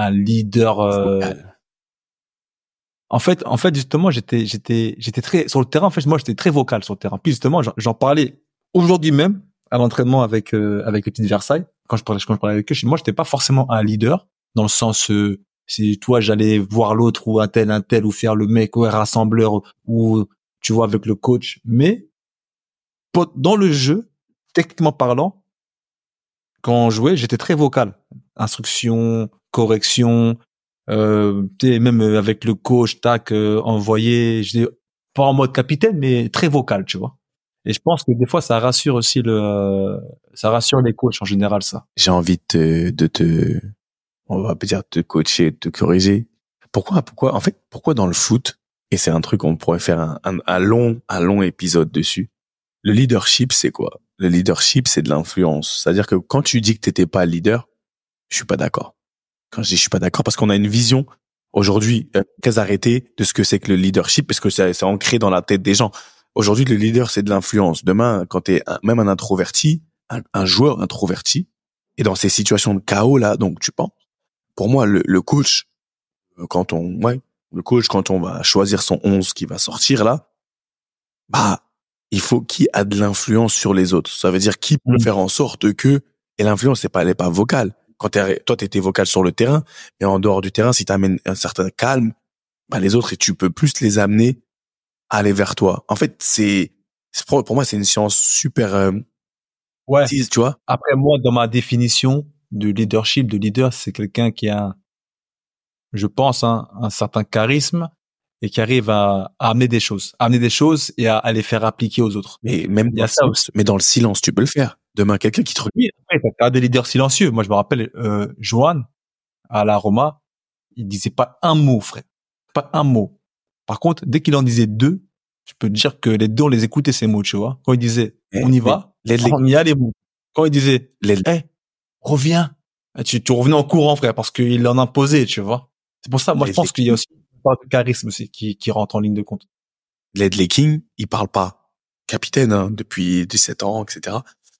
En fait, justement, j'étais très, sur le terrain, en fait, moi, j'étais très vocal sur le terrain. Puis, justement, j'en parlais aujourd'hui même, à l'entraînement avec les petites Versailles. Quand je parlais avec eux, moi, j'étais pas forcément un leader, dans le sens, si toi, j'allais voir l'autre ou un tel, ou faire le mec, ou un rassembleur, ou, tu vois, avec le coach. Mais, dans le jeu, techniquement parlant, quand on jouait, j'étais très vocal. Instruction, correction, même avec le coach, envoyé, pas en mode capitaine, mais très vocal, tu vois. Et je pense que des fois, ça rassure aussi ça rassure les coachs en général, ça. J'ai envie on va dire te coacher, te corriger. Pourquoi dans le foot, et c'est un truc on pourrait faire un long épisode dessus. Le leadership, c'est quoi? Le leadership, c'est de l'influence. C'est-à-dire que quand tu dis que t'étais pas leader, je suis pas d'accord. Quand je dis je suis pas d'accord, parce qu'on a une vision aujourd'hui très arrêtée de ce que c'est que le leadership, parce que c'est ancré dans la tête des gens. Aujourd'hui, le leader, c'est de l'influence. Demain, quand t'es même un introverti, un joueur introverti, et dans ces situations de chaos là, donc tu penses, pour moi, le coach, quand on va choisir son 11 qui va sortir là, il faut qui a de l'influence sur les autres. Ça veut dire qui peut faire en sorte que, et l'influence, elle est pas vocale. Quand toi, t'étais vocal sur le terrain, et en dehors du terrain, si t'amènes un certain calme, les autres, et tu peux plus les amener à aller vers toi. En fait, pour moi, c'est une science super, ouais. Tu vois. Après, moi, dans ma définition de leader, c'est quelqu'un qui a, je pense, un certain charisme et qui arrive à amener des choses et à les faire appliquer aux autres. Mais même il y a ça aussi. Mais dans le silence, tu peux le faire. Demain, quelqu'un qui te regarde. Oui, après, t'as des leaders silencieux. Moi, je me rappelle, Johan, à la Roma, il disait pas un mot, frère. Pas un mot. Par contre, dès qu'il en disait deux, je peux te dire que les deux, on les écoutait, ces mots, tu vois. Quand il disait, on y va, on y allait, bon. Quand il disait, reviens, tu revenais en courant, frère, parce qu'il en imposait, tu vois. C'est pour ça, moi, je pense qu'il y a aussi une part de charisme aussi qui rentre en ligne de compte. Ledley King, il parle pas capitaine, hein, depuis 17 ans, etc.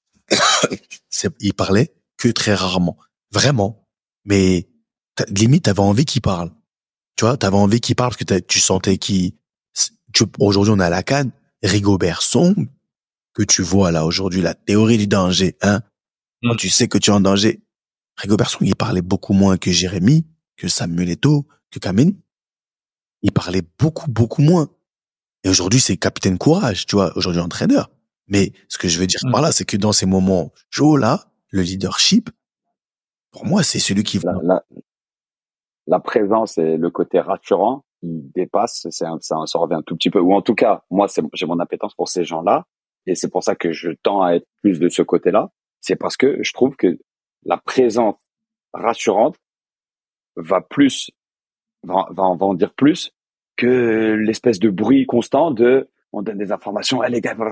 Il parlait que très rarement. Vraiment. Mais, limite, t'avais envie qu'il parle. Tu vois, t'avais envie qu'il parle parce que tu sentais aujourd'hui, on est à la CAN. Rigobert Song, que tu vois là aujourd'hui, la théorie du danger, hein. Quand tu sais que tu es en danger, Rigobert Song, il parlait beaucoup moins que Jérémy, que Samuel Eto'o, que Kameni. Il parlait beaucoup moins. Et aujourd'hui, c'est capitaine courage, tu vois, aujourd'hui entraîneur. Mais ce que je veux dire par là, c'est que dans ces moments chauds là, le leadership, pour moi, c'est celui qui va. La présence et le côté rassurant, il dépasse, ça revient un tout petit peu. Ou en tout cas, moi, j'ai mon appétence pour ces gens-là. Et c'est pour ça que je tends à être plus de ce côté-là. C'est parce que je trouve que la présence rassurante va en dire plus que l'espèce de bruit constant on donne des informations, les gars,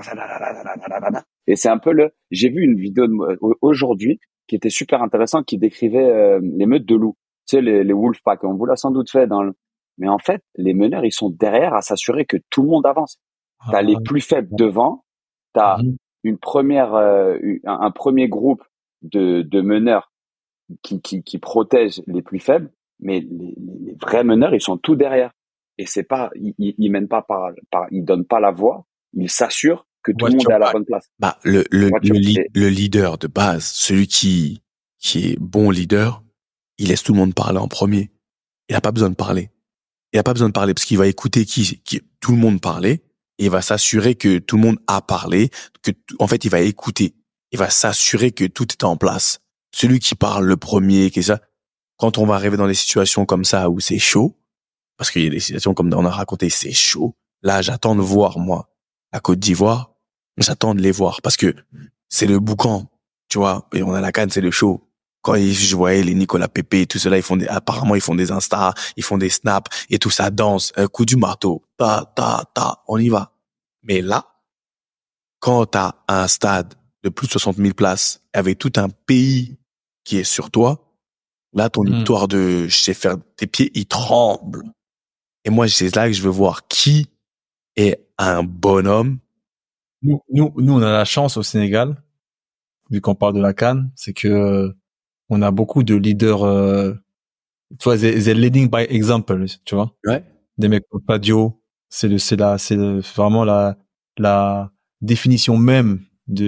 et c'est un peu j'ai vu une vidéo aujourd'hui qui était super intéressante, qui décrivait les meutes de loups, tu sais, les Wolfpack, on vous l'a sans doute fait mais en fait, les meneurs, ils sont derrière à s'assurer que tout le monde avance. T'as les plus faibles devant, t'as un premier groupe de meneurs qui protègent les plus faibles, mais les vrais meneurs, ils sont tout derrière. Et c'est pas, ils mènent pas ils donnent pas la voix, ils s'assurent que tout le monde est à la bonne place. Le leader de base, celui qui est bon leader, il laisse tout le monde parler en premier. Il a pas besoin de parler. Il a pas besoin de parler parce qu'il va écouter tout le monde parler et il va s'assurer que tout le monde a parlé, en fait, il va écouter. Il va s'assurer que tout est en place. Celui qui parle le premier, quand on va arriver dans des situations comme ça où c'est chaud, parce qu'il y a des situations comme on a raconté, c'est chaud. Là, j'attends de voir, moi, la Côte d'Ivoire, j'attends de les voir parce que c'est le boucan, tu vois, et on a la CAN, c'est le show. Quand je voyais les Nicolas Pépé et tout cela, apparemment, ils font des Insta, ils font des snaps et tout ça danse, un coup du marteau, on y va. Mais là, quand t'as un stade de plus de 60 000 places avec tout un pays qui est sur toi, là, ton histoire de je sais faire, tes pieds, ils tremblent. Et moi, c'est là que je veux voir qui est un bonhomme. Nous, on a la chance au Sénégal, vu qu'on parle de la CAN, c'est que on a beaucoup de leaders, tu vois, they're leading by example, tu vois. Ouais. Des mecs comme Padio, c'est vraiment la définition même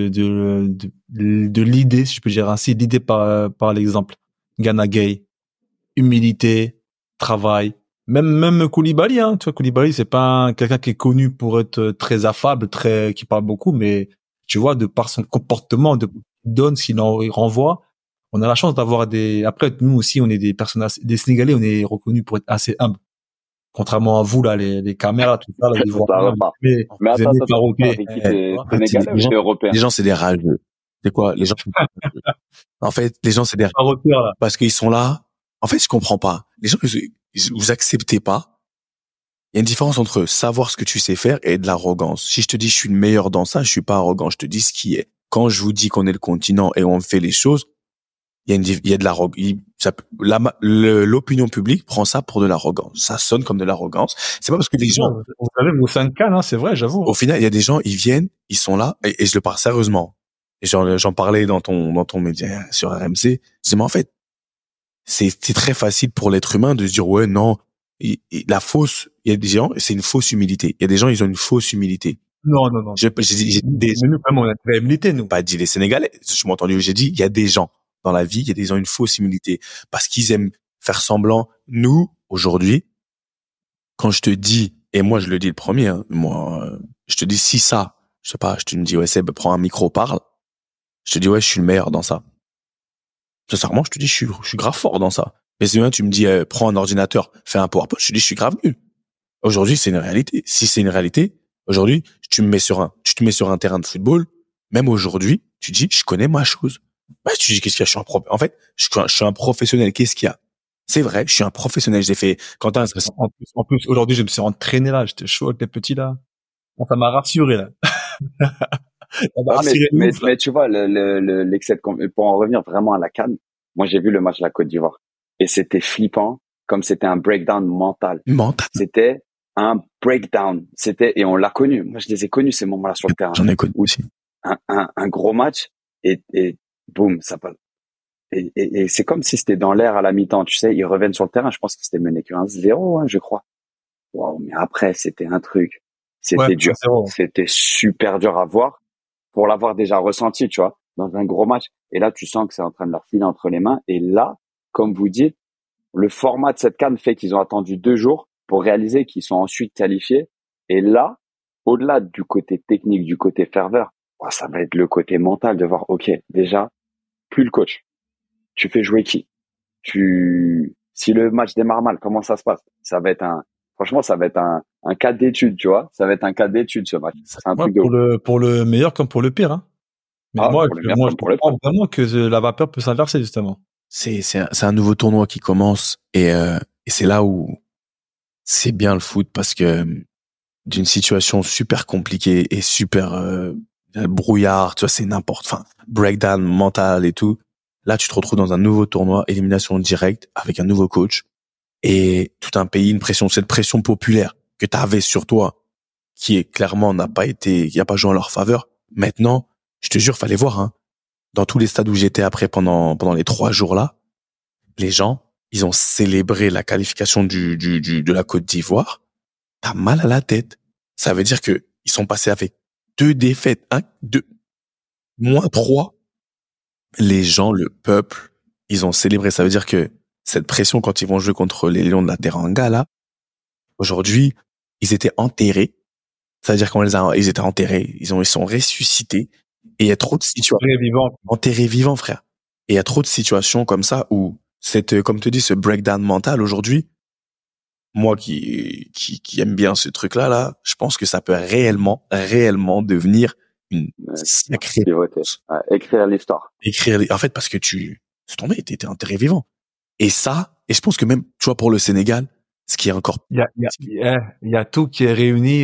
de l'idée, si je peux dire ainsi, l'idée par l'exemple. Gana Gueye, humilité, travail. Même Koulibaly, hein. Tu vois, Koulibaly, c'est pas quelqu'un qui est connu pour être très affable, qui parle beaucoup, mais tu vois, de par son comportement, ce qu'il donne, ce qu'il renvoie, on a la chance d'avoir après, nous aussi, on est des personnes des Sénégalais, on est reconnus pour être assez humbles. Contrairement à vous, là, les caméras, tout ça, là, ils voient pas. Mais attends, Sénégalais ou c'est européen? Les gens, c'est des rageux. C'est quoi? Les gens, en fait, les gens, c'est des rageux. Parce qu'ils sont là. En fait, je comprends pas. Les gens, vous acceptez pas. Il y a une différence entre savoir ce que tu sais faire et de l'arrogance. Si je te dis je suis le meilleur dans ça, je suis pas arrogant. Je te dis ce qui est. Quand je vous dis qu'on est le continent et on fait les choses, il y a de l'arrogance. L'opinion publique prend ça pour de l'arrogance. Ça sonne comme de l'arrogance. C'est pas parce que les gens. Vous savez, vous 5 cannes, hein, c'est vrai, j'avoue. Au final, il y a des gens, ils viennent, ils sont là, et je le parle sérieusement. Et j'en parlais dans ton média sur RMC. Je dis, mais en fait, c'est très facile pour l'être humain de se dire, ouais, non, il y a des gens, c'est une fausse humilité. Il y a des gens, ils ont une fausse humilité. Non. Mais nous, vraiment, on a très humilité, nous. Pas dit les Sénégalais. Je m'ai entendu, j'ai dit, il y a des gens dans la vie, il y a des gens une fausse humilité. Parce qu'ils aiment faire semblant. Nous, aujourd'hui, quand je te dis, et moi, je le dis le premier, hein, moi, je te dis, si ça, je sais pas, je te dis, ouais, Seb, prends un micro, parle. Je te dis, ouais, je suis le meilleur dans ça. Sincèrement, je te dis, je suis grave fort dans ça. Mais si tu me dis, prends un ordinateur, fais un PowerPoint, je te dis, je suis grave nul. Aujourd'hui, c'est une réalité. Si c'est une réalité, aujourd'hui, tu te mets sur un terrain de football, même aujourd'hui, tu dis, je connais ma chose. Bah, tu dis, qu'est-ce qu'il y a? En fait, je suis un professionnel. Qu'est-ce qu'il y a? C'est vrai, je suis un professionnel. J'ai fait, Quentin, En plus, aujourd'hui, je me suis entraîné là. J'étais chaud avec les petits là. Bon, ça m'a rassuré là. Ça m'a Ouais, rassuré de ouf là. mais tu vois, l'excès pour en revenir vraiment à la CAN, moi j'ai vu le match de la Côte d'Ivoire et c'était flippant comme c'était un breakdown mental. mental. C'était un breakdown. Et on l'a connu. Moi je les ai connus ces moments-là sur le terrain. J'en ai connu aussi. Un gros match et boum, ça passe. Et c'est comme si c'était dans l'air à la mi-temps, tu sais, ils reviennent sur le terrain, je pense qu'ils s'étaient menés que 1-0, hein, je crois. Waouh, mais après, c'était un truc. C'était Ouais, dur. 0. C'était super dur à voir pour l'avoir déjà ressenti, tu vois, dans un gros match. Et là, tu sens que c'est en train de leur filer entre les mains. Et là, comme vous dites, le format de cette CAN fait qu'ils ont attendu 2 jours pour réaliser qu'ils sont ensuite qualifiés. Et là, au-delà du côté technique, du côté ferveur, ça va être le côté mental de voir, ok, déjà, plus le coach. Tu fais jouer qui? Si le match démarre mal, comment ça se passe? Franchement, ça va être un cas d'étude, tu vois. Ça va être un cas d'étude, ce match. C'est un Ouais, truc de ouf. pour le meilleur comme pour le pire, hein. Mais moi, Pour le meilleur je comme pour le crois pire. vraiment que la vapeur peut s'inverser, justement. C'est un nouveau tournoi qui commence et c'est là où c'est bien le foot parce que d'une situation super compliquée et super brouillard, tu vois, c'est enfin, breakdown mental et tout. Là, tu te retrouves dans un nouveau tournoi, élimination directe avec un nouveau coach et tout un pays, cette pression populaire que tu avais sur toi, qui est clairement n'a pas joué en leur faveur. Maintenant, je te jure, fallait voir, hein. Dans tous les stades où j'étais après pendant les 3 jours là, les gens, ils ont célébré la qualification de la Côte d'Ivoire. T'as mal à la tête. Ça veut dire que ils sont passés avec 2 défaites, -3. Les gens, le peuple, ils ont célébré. Ça veut dire que cette pression quand ils vont jouer contre les Lions de la Teranga là, aujourd'hui, ils étaient enterrés. Ça veut dire ils étaient enterrés, ils sont ressuscités. Et il y a trop de situations. Enterrés vivants, frère. Et il y a trop de situations comme ça où comme tu dis, ce breakdown mental aujourd'hui, moi qui aime bien ce truc-là, là, je pense que ça peut réellement devenir une sacrée Écrire l'histoire. En fait, parce que c'est tombé, t'étais enterré vivant. Et je pense que même, tu vois, pour le Sénégal, ce qui est encore... Il y a tout qui est réuni,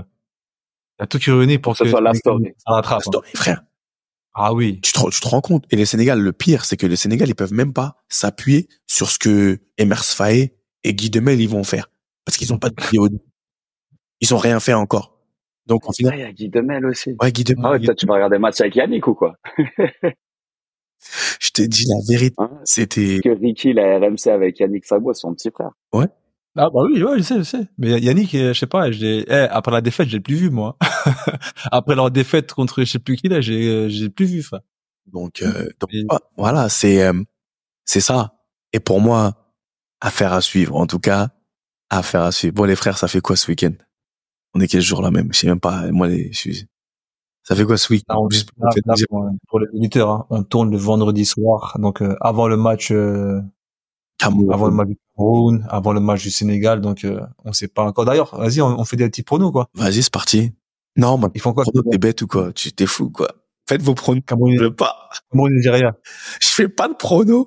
pour que ce soit la story. Ça rattrape. La story, frère. Ah oui. Tu te rends compte. Et le Sénégal, le pire, c'est que le Sénégal, ils peuvent même pas s'appuyer sur ce que Emers Faé et Guy Demel, ils vont faire. Parce qu'ils ont pas de vidéo. Ils ont rien fait encore. Donc, en final. Il y a Guy Demel aussi. Ouais, Guy Demel. Ah ouais, tu vas regarder le match avec Yannick ou quoi? Je te dis la vérité. Hein? C'était... Que Ricky, la RMC avec Yannick Sagbo, son petit frère. Ouais. Ah bah oui, ouais, je sais. Mais Yannick, je sais pas, après la défaite, j'ai plus vu, moi. Après leur défaite contre je sais plus qui, là, j'ai plus vu, ça. Donc voilà, c'est ça. Et pour moi, affaire à suivre. En tout cas, affaire à suivre. Bon, les frères, ça fait quoi ce week-end? On est quel jour là même? Je sais même pas. Moi, ça fait quoi ce week-end? Pour les auditeurs, hein, on tourne le vendredi soir, donc avant le match Cameroun. Avant le match du Cameroun, avant le match du Sénégal, donc on sait pas encore. D'ailleurs, vas-y, on fait des petits pronos, quoi. Vas-y, c'est parti. Non, moi, ils font quoi? Pronos, t'es bête ou quoi? Tu t'es fou, quoi? Faites vos pronos. Cameroun, je veux pas. Cameroun, Nigeria. Je fais pas de pronos.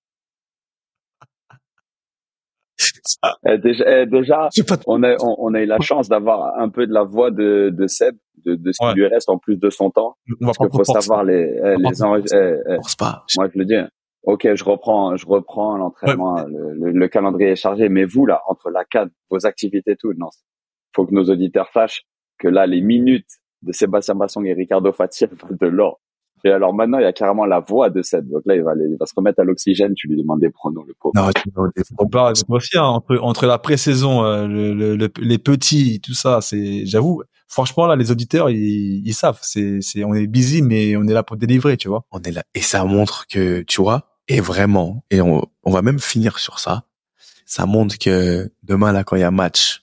Déjà, on a eu la chance d'avoir un peu de la voix de Seb, de ce qui lui reste en plus de son temps. Parce qu'il faut savoir moi je le dis. Ok, je reprends l'entraînement, le calendrier est chargé, mais vous là, entre la CAN, vos activités et tout, non, faut que nos auditeurs sachent que là, les minutes de Sébastien Bassong et Ricardo Fati valent de l'or. Et alors maintenant, il y a carrément la voix de Seb. Donc là, il va se remettre à l'oxygène. Tu lui demandes des pronos, le pauvre. Non, moi aussi, hein, entre la pré-saison, les petits, tout ça, j'avoue, franchement, là, les auditeurs, ils savent. On est busy, mais on est là pour délivrer, tu vois. On est là. Et ça montre que, tu vois, et vraiment, et on va même finir sur ça. Ça montre que demain, là, quand il y a match,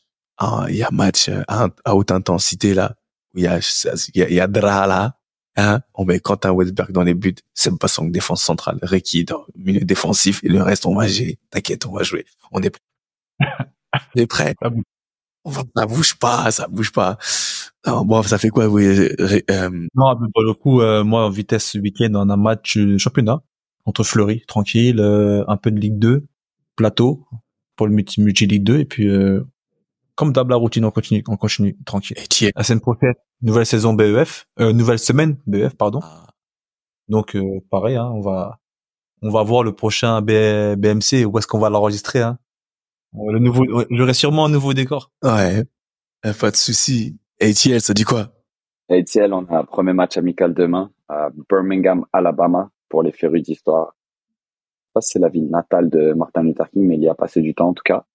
à haute intensité, là, où il y a Dra, là, hein, on met Quentin Westberg dans les buts, Seb Bassong défense centrale, Reky dans le milieu défensif, et le reste, on va gérer. T'inquiète, on va jouer. On est prêt. Ça bouge pas. Alors, bon, ça fait quoi, vous, Non, pour le coup, moi, en vitesse ce week-end, on a un match championnat, entre Fleury, tranquille, un peu de Ligue 2. plateau pour le multi-Ligue 2 et puis comme d'hab la routine on continue tranquille. Et tu es. La semaine prochaine, nouvelle saison BEF, nouvelle semaine BEF pardon. Donc pareil hein, on va voir le prochain BMC, où est-ce qu'on va l'enregistrer hein. J'aurai sûrement un nouveau décor. Ouais, pas de souci. ATL, ça dit quoi? ATL, on a un premier match amical demain à Birmingham, Alabama, pour les férus d'histoire. Je sais pas si c'est la ville natale de Martin Luther King, mais il y a passé du temps en tout cas.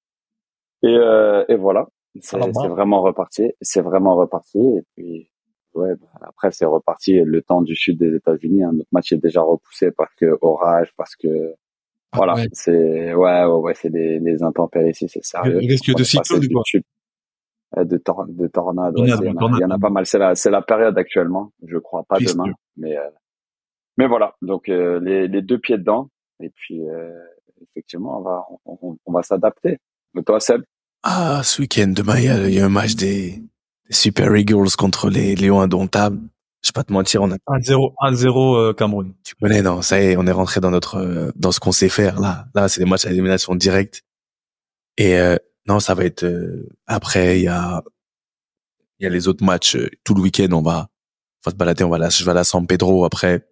Et voilà, c'est vraiment reparti. C'est vraiment reparti. Et puis, ouais, après c'est reparti. Le temps du sud des États-Unis, hein. Notre match est déjà repoussé parce que orage, parce que voilà, ouais. c'est c'est les intempéries ici, c'est sérieux. Il risque de cyclone ou quoi? De tornades, ouais, il y en a pas mal. C'est la période actuellement. Je crois pas Piste. demain, mais voilà. Donc les deux pieds dedans. Et puis effectivement, on va s'adapter. Mais toi, Seb? Ah, ce week-end, demain, il y a un match des Super Eagles contre les Lions indomptables. Je vais pas te mentir, on a 1-0 Cameroun. Tu connais, non, ça y est, on est rentré dans dans ce qu'on sait faire, là. Là, c'est des matchs à élimination directe. Et, non, ça va être, après, il y a les autres matchs, tout le week-end, on va se balader, je vais à la San Pedro après.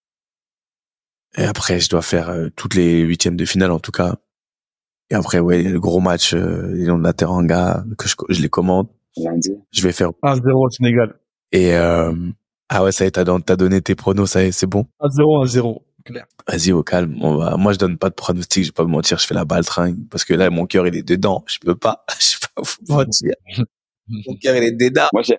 Et après, je dois faire toutes les huitièmes de finale, en tout cas. Et après, ouais, le gros match, les Lions de la Teranga, que je les commande. Lundi. Je vais faire 1-0 au Sénégal. Et, ah ouais, ça y est, t'as donné tes pronos, ça y est, c'est bon. 1-0, clair. Vas-y, au calme. Moi, je donne pas de pronostic, je vais pas me mentir, je fais la baltringue. Parce que là, mon cœur, il est dedans. Je peux pas vous mentir. Mon cœur, il est dedans. Moi,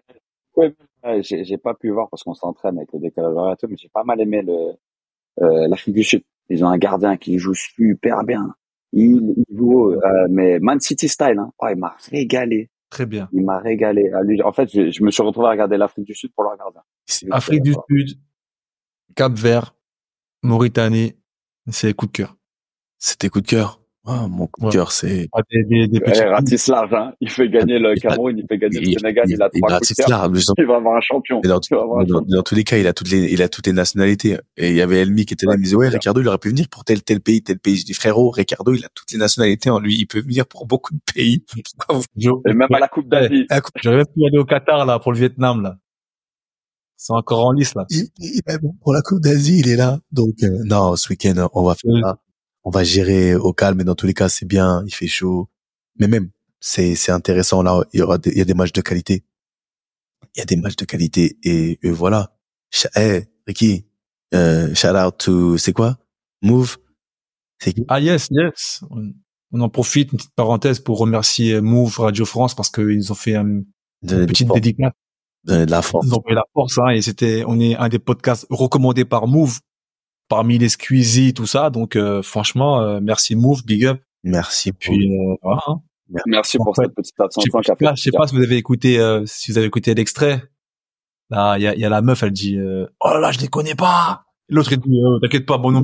j'ai pas pu voir parce qu'on s'entraîne avec le décalage horaire et tout, mais j'ai pas mal aimé l'Afrique du Sud. Ils ont un gardien qui joue super bien. Il joue, mais Man City style, hein. Oh, il m'a régalé. Très bien. Il m'a régalé. En fait, je me suis retrouvé à regarder l'Afrique du Sud pour le regarder. Afrique du Sud, Cap-Vert, Mauritanie, c'est coup de cœur. C'était coup de cœur. Ah, mon coup de cœur, c'est... Des petits ratisse large, hein. Il fait gagner le Cameroun, il fait gagner le Sénégal, il a 3 coups de cœur. Il va avoir un champion. Dans tous les cas, il a toutes les nationalités. Et il y avait Elmi qui était là, il me disait, ouais, Ricardo, il aurait pu venir pour tel pays. Je dis, frérot, Ricardo, il a toutes les nationalités en lui. Il peut venir pour beaucoup de pays. Et même à la Coupe d'Asie. J'aurais même pu aller au Qatar, là, pour le Vietnam, là. C'est encore en lice, là. Pour la Coupe d'Asie, il est là. Donc, non, ce week-end, on va faire ça. On va gérer au calme, mais dans tous les cas, c'est bien, il fait chaud. Mais même, c'est intéressant, là, il y a des matchs de qualité. Il y a des matchs de qualité, et voilà. Hey, Ricky, shout out to, c'est quoi? Move? C'est qui? Ah, yes. On en profite, une petite parenthèse pour remercier Move Radio France parce qu'ils ont fait une petite dédicace. Donner de la force. Ils ont fait la force, hein, et on est un des podcasts recommandés par Move. Parmi les Squeezie, tout ça. Donc, franchement, merci Move, big up. Merci. Puis, voilà. Hein. Merci pour cette petite attention. Je sais pas si vous avez équté, l'extrait. Là, il y a la meuf, elle dit, oh là, je les connais pas. L'autre, il dit, t'inquiète pas, bon non.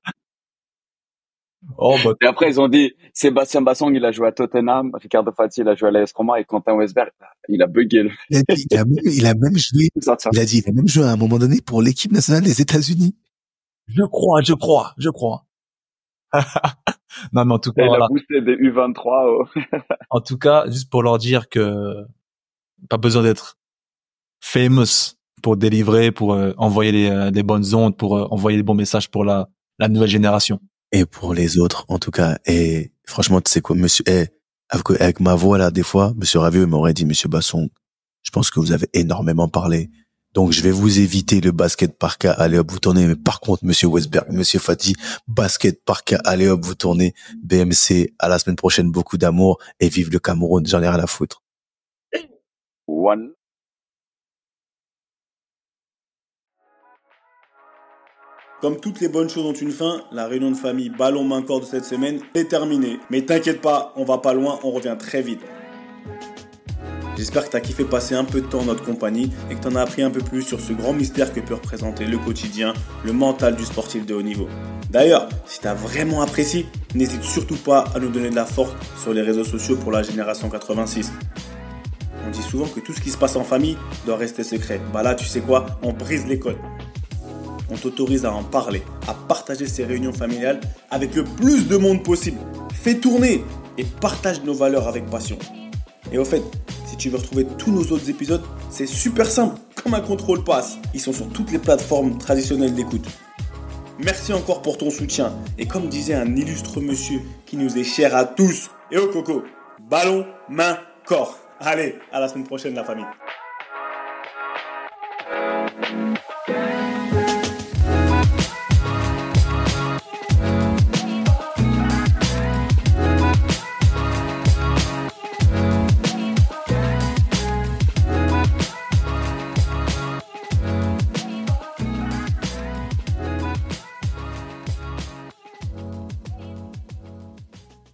Oh, bah. Et après, ils ont dit, Sébastien Bassong, il a joué à Tottenham, Ricardo Fati, il a joué à l'AS Roma, et Quentin Westberg, il a bugué. Il a même joué, il a même joué à un moment donné pour l'équipe nationale des États-Unis. Je crois. Non, mais en tout cas, il a boosté des U23. En tout cas, juste pour leur dire que pas besoin d'être famous pour délivrer, pour envoyer les bonnes ondes, pour envoyer les bons messages pour la nouvelle génération. Et pour les autres, en tout cas. Et franchement, tu sais quoi, monsieur, avec ma voix là, des fois, monsieur Ravieux m'aurait dit, monsieur Basson, je pense que vous avez énormément parlé. Donc, je vais vous éviter le basket par cas, allez hop, vous tournez. Mais par contre, monsieur Westberg, monsieur Fati, basket par cas, allez hop, vous tournez. BMC, à la semaine prochaine, beaucoup d'amour et vive le Cameroun, j'en ai rien à foutre. One. Comme toutes les bonnes choses ont une fin, la réunion de famille ballon main corps de cette semaine est terminée. Mais t'inquiète pas, on va pas loin, on revient très vite. J'espère que tu as kiffé passer un peu de temps en notre compagnie et que tu en as appris un peu plus sur ce grand mystère que peut représenter le quotidien, le mental du sportif de haut niveau. D'ailleurs, si tu as vraiment apprécié, n'hésite surtout pas à nous donner de la force sur les réseaux sociaux pour la génération 86. On dit souvent que tout ce qui se passe en famille doit rester secret. Bah là, tu sais quoi, on brise les codes. on t'autorise à en parler, à partager ces réunions familiales avec le plus de monde possible. Fais tourner et partage nos valeurs avec passion. Et au fait, si tu veux retrouver tous nos autres épisodes, c'est super simple, comme un contrôle pass. Ils sont sur toutes les plateformes traditionnelles d'écoute. Merci encore pour ton soutien. Et comme disait un illustre monsieur qui nous est cher à tous, et au coco, ballon, main, corps. Allez, à la semaine prochaine la famille.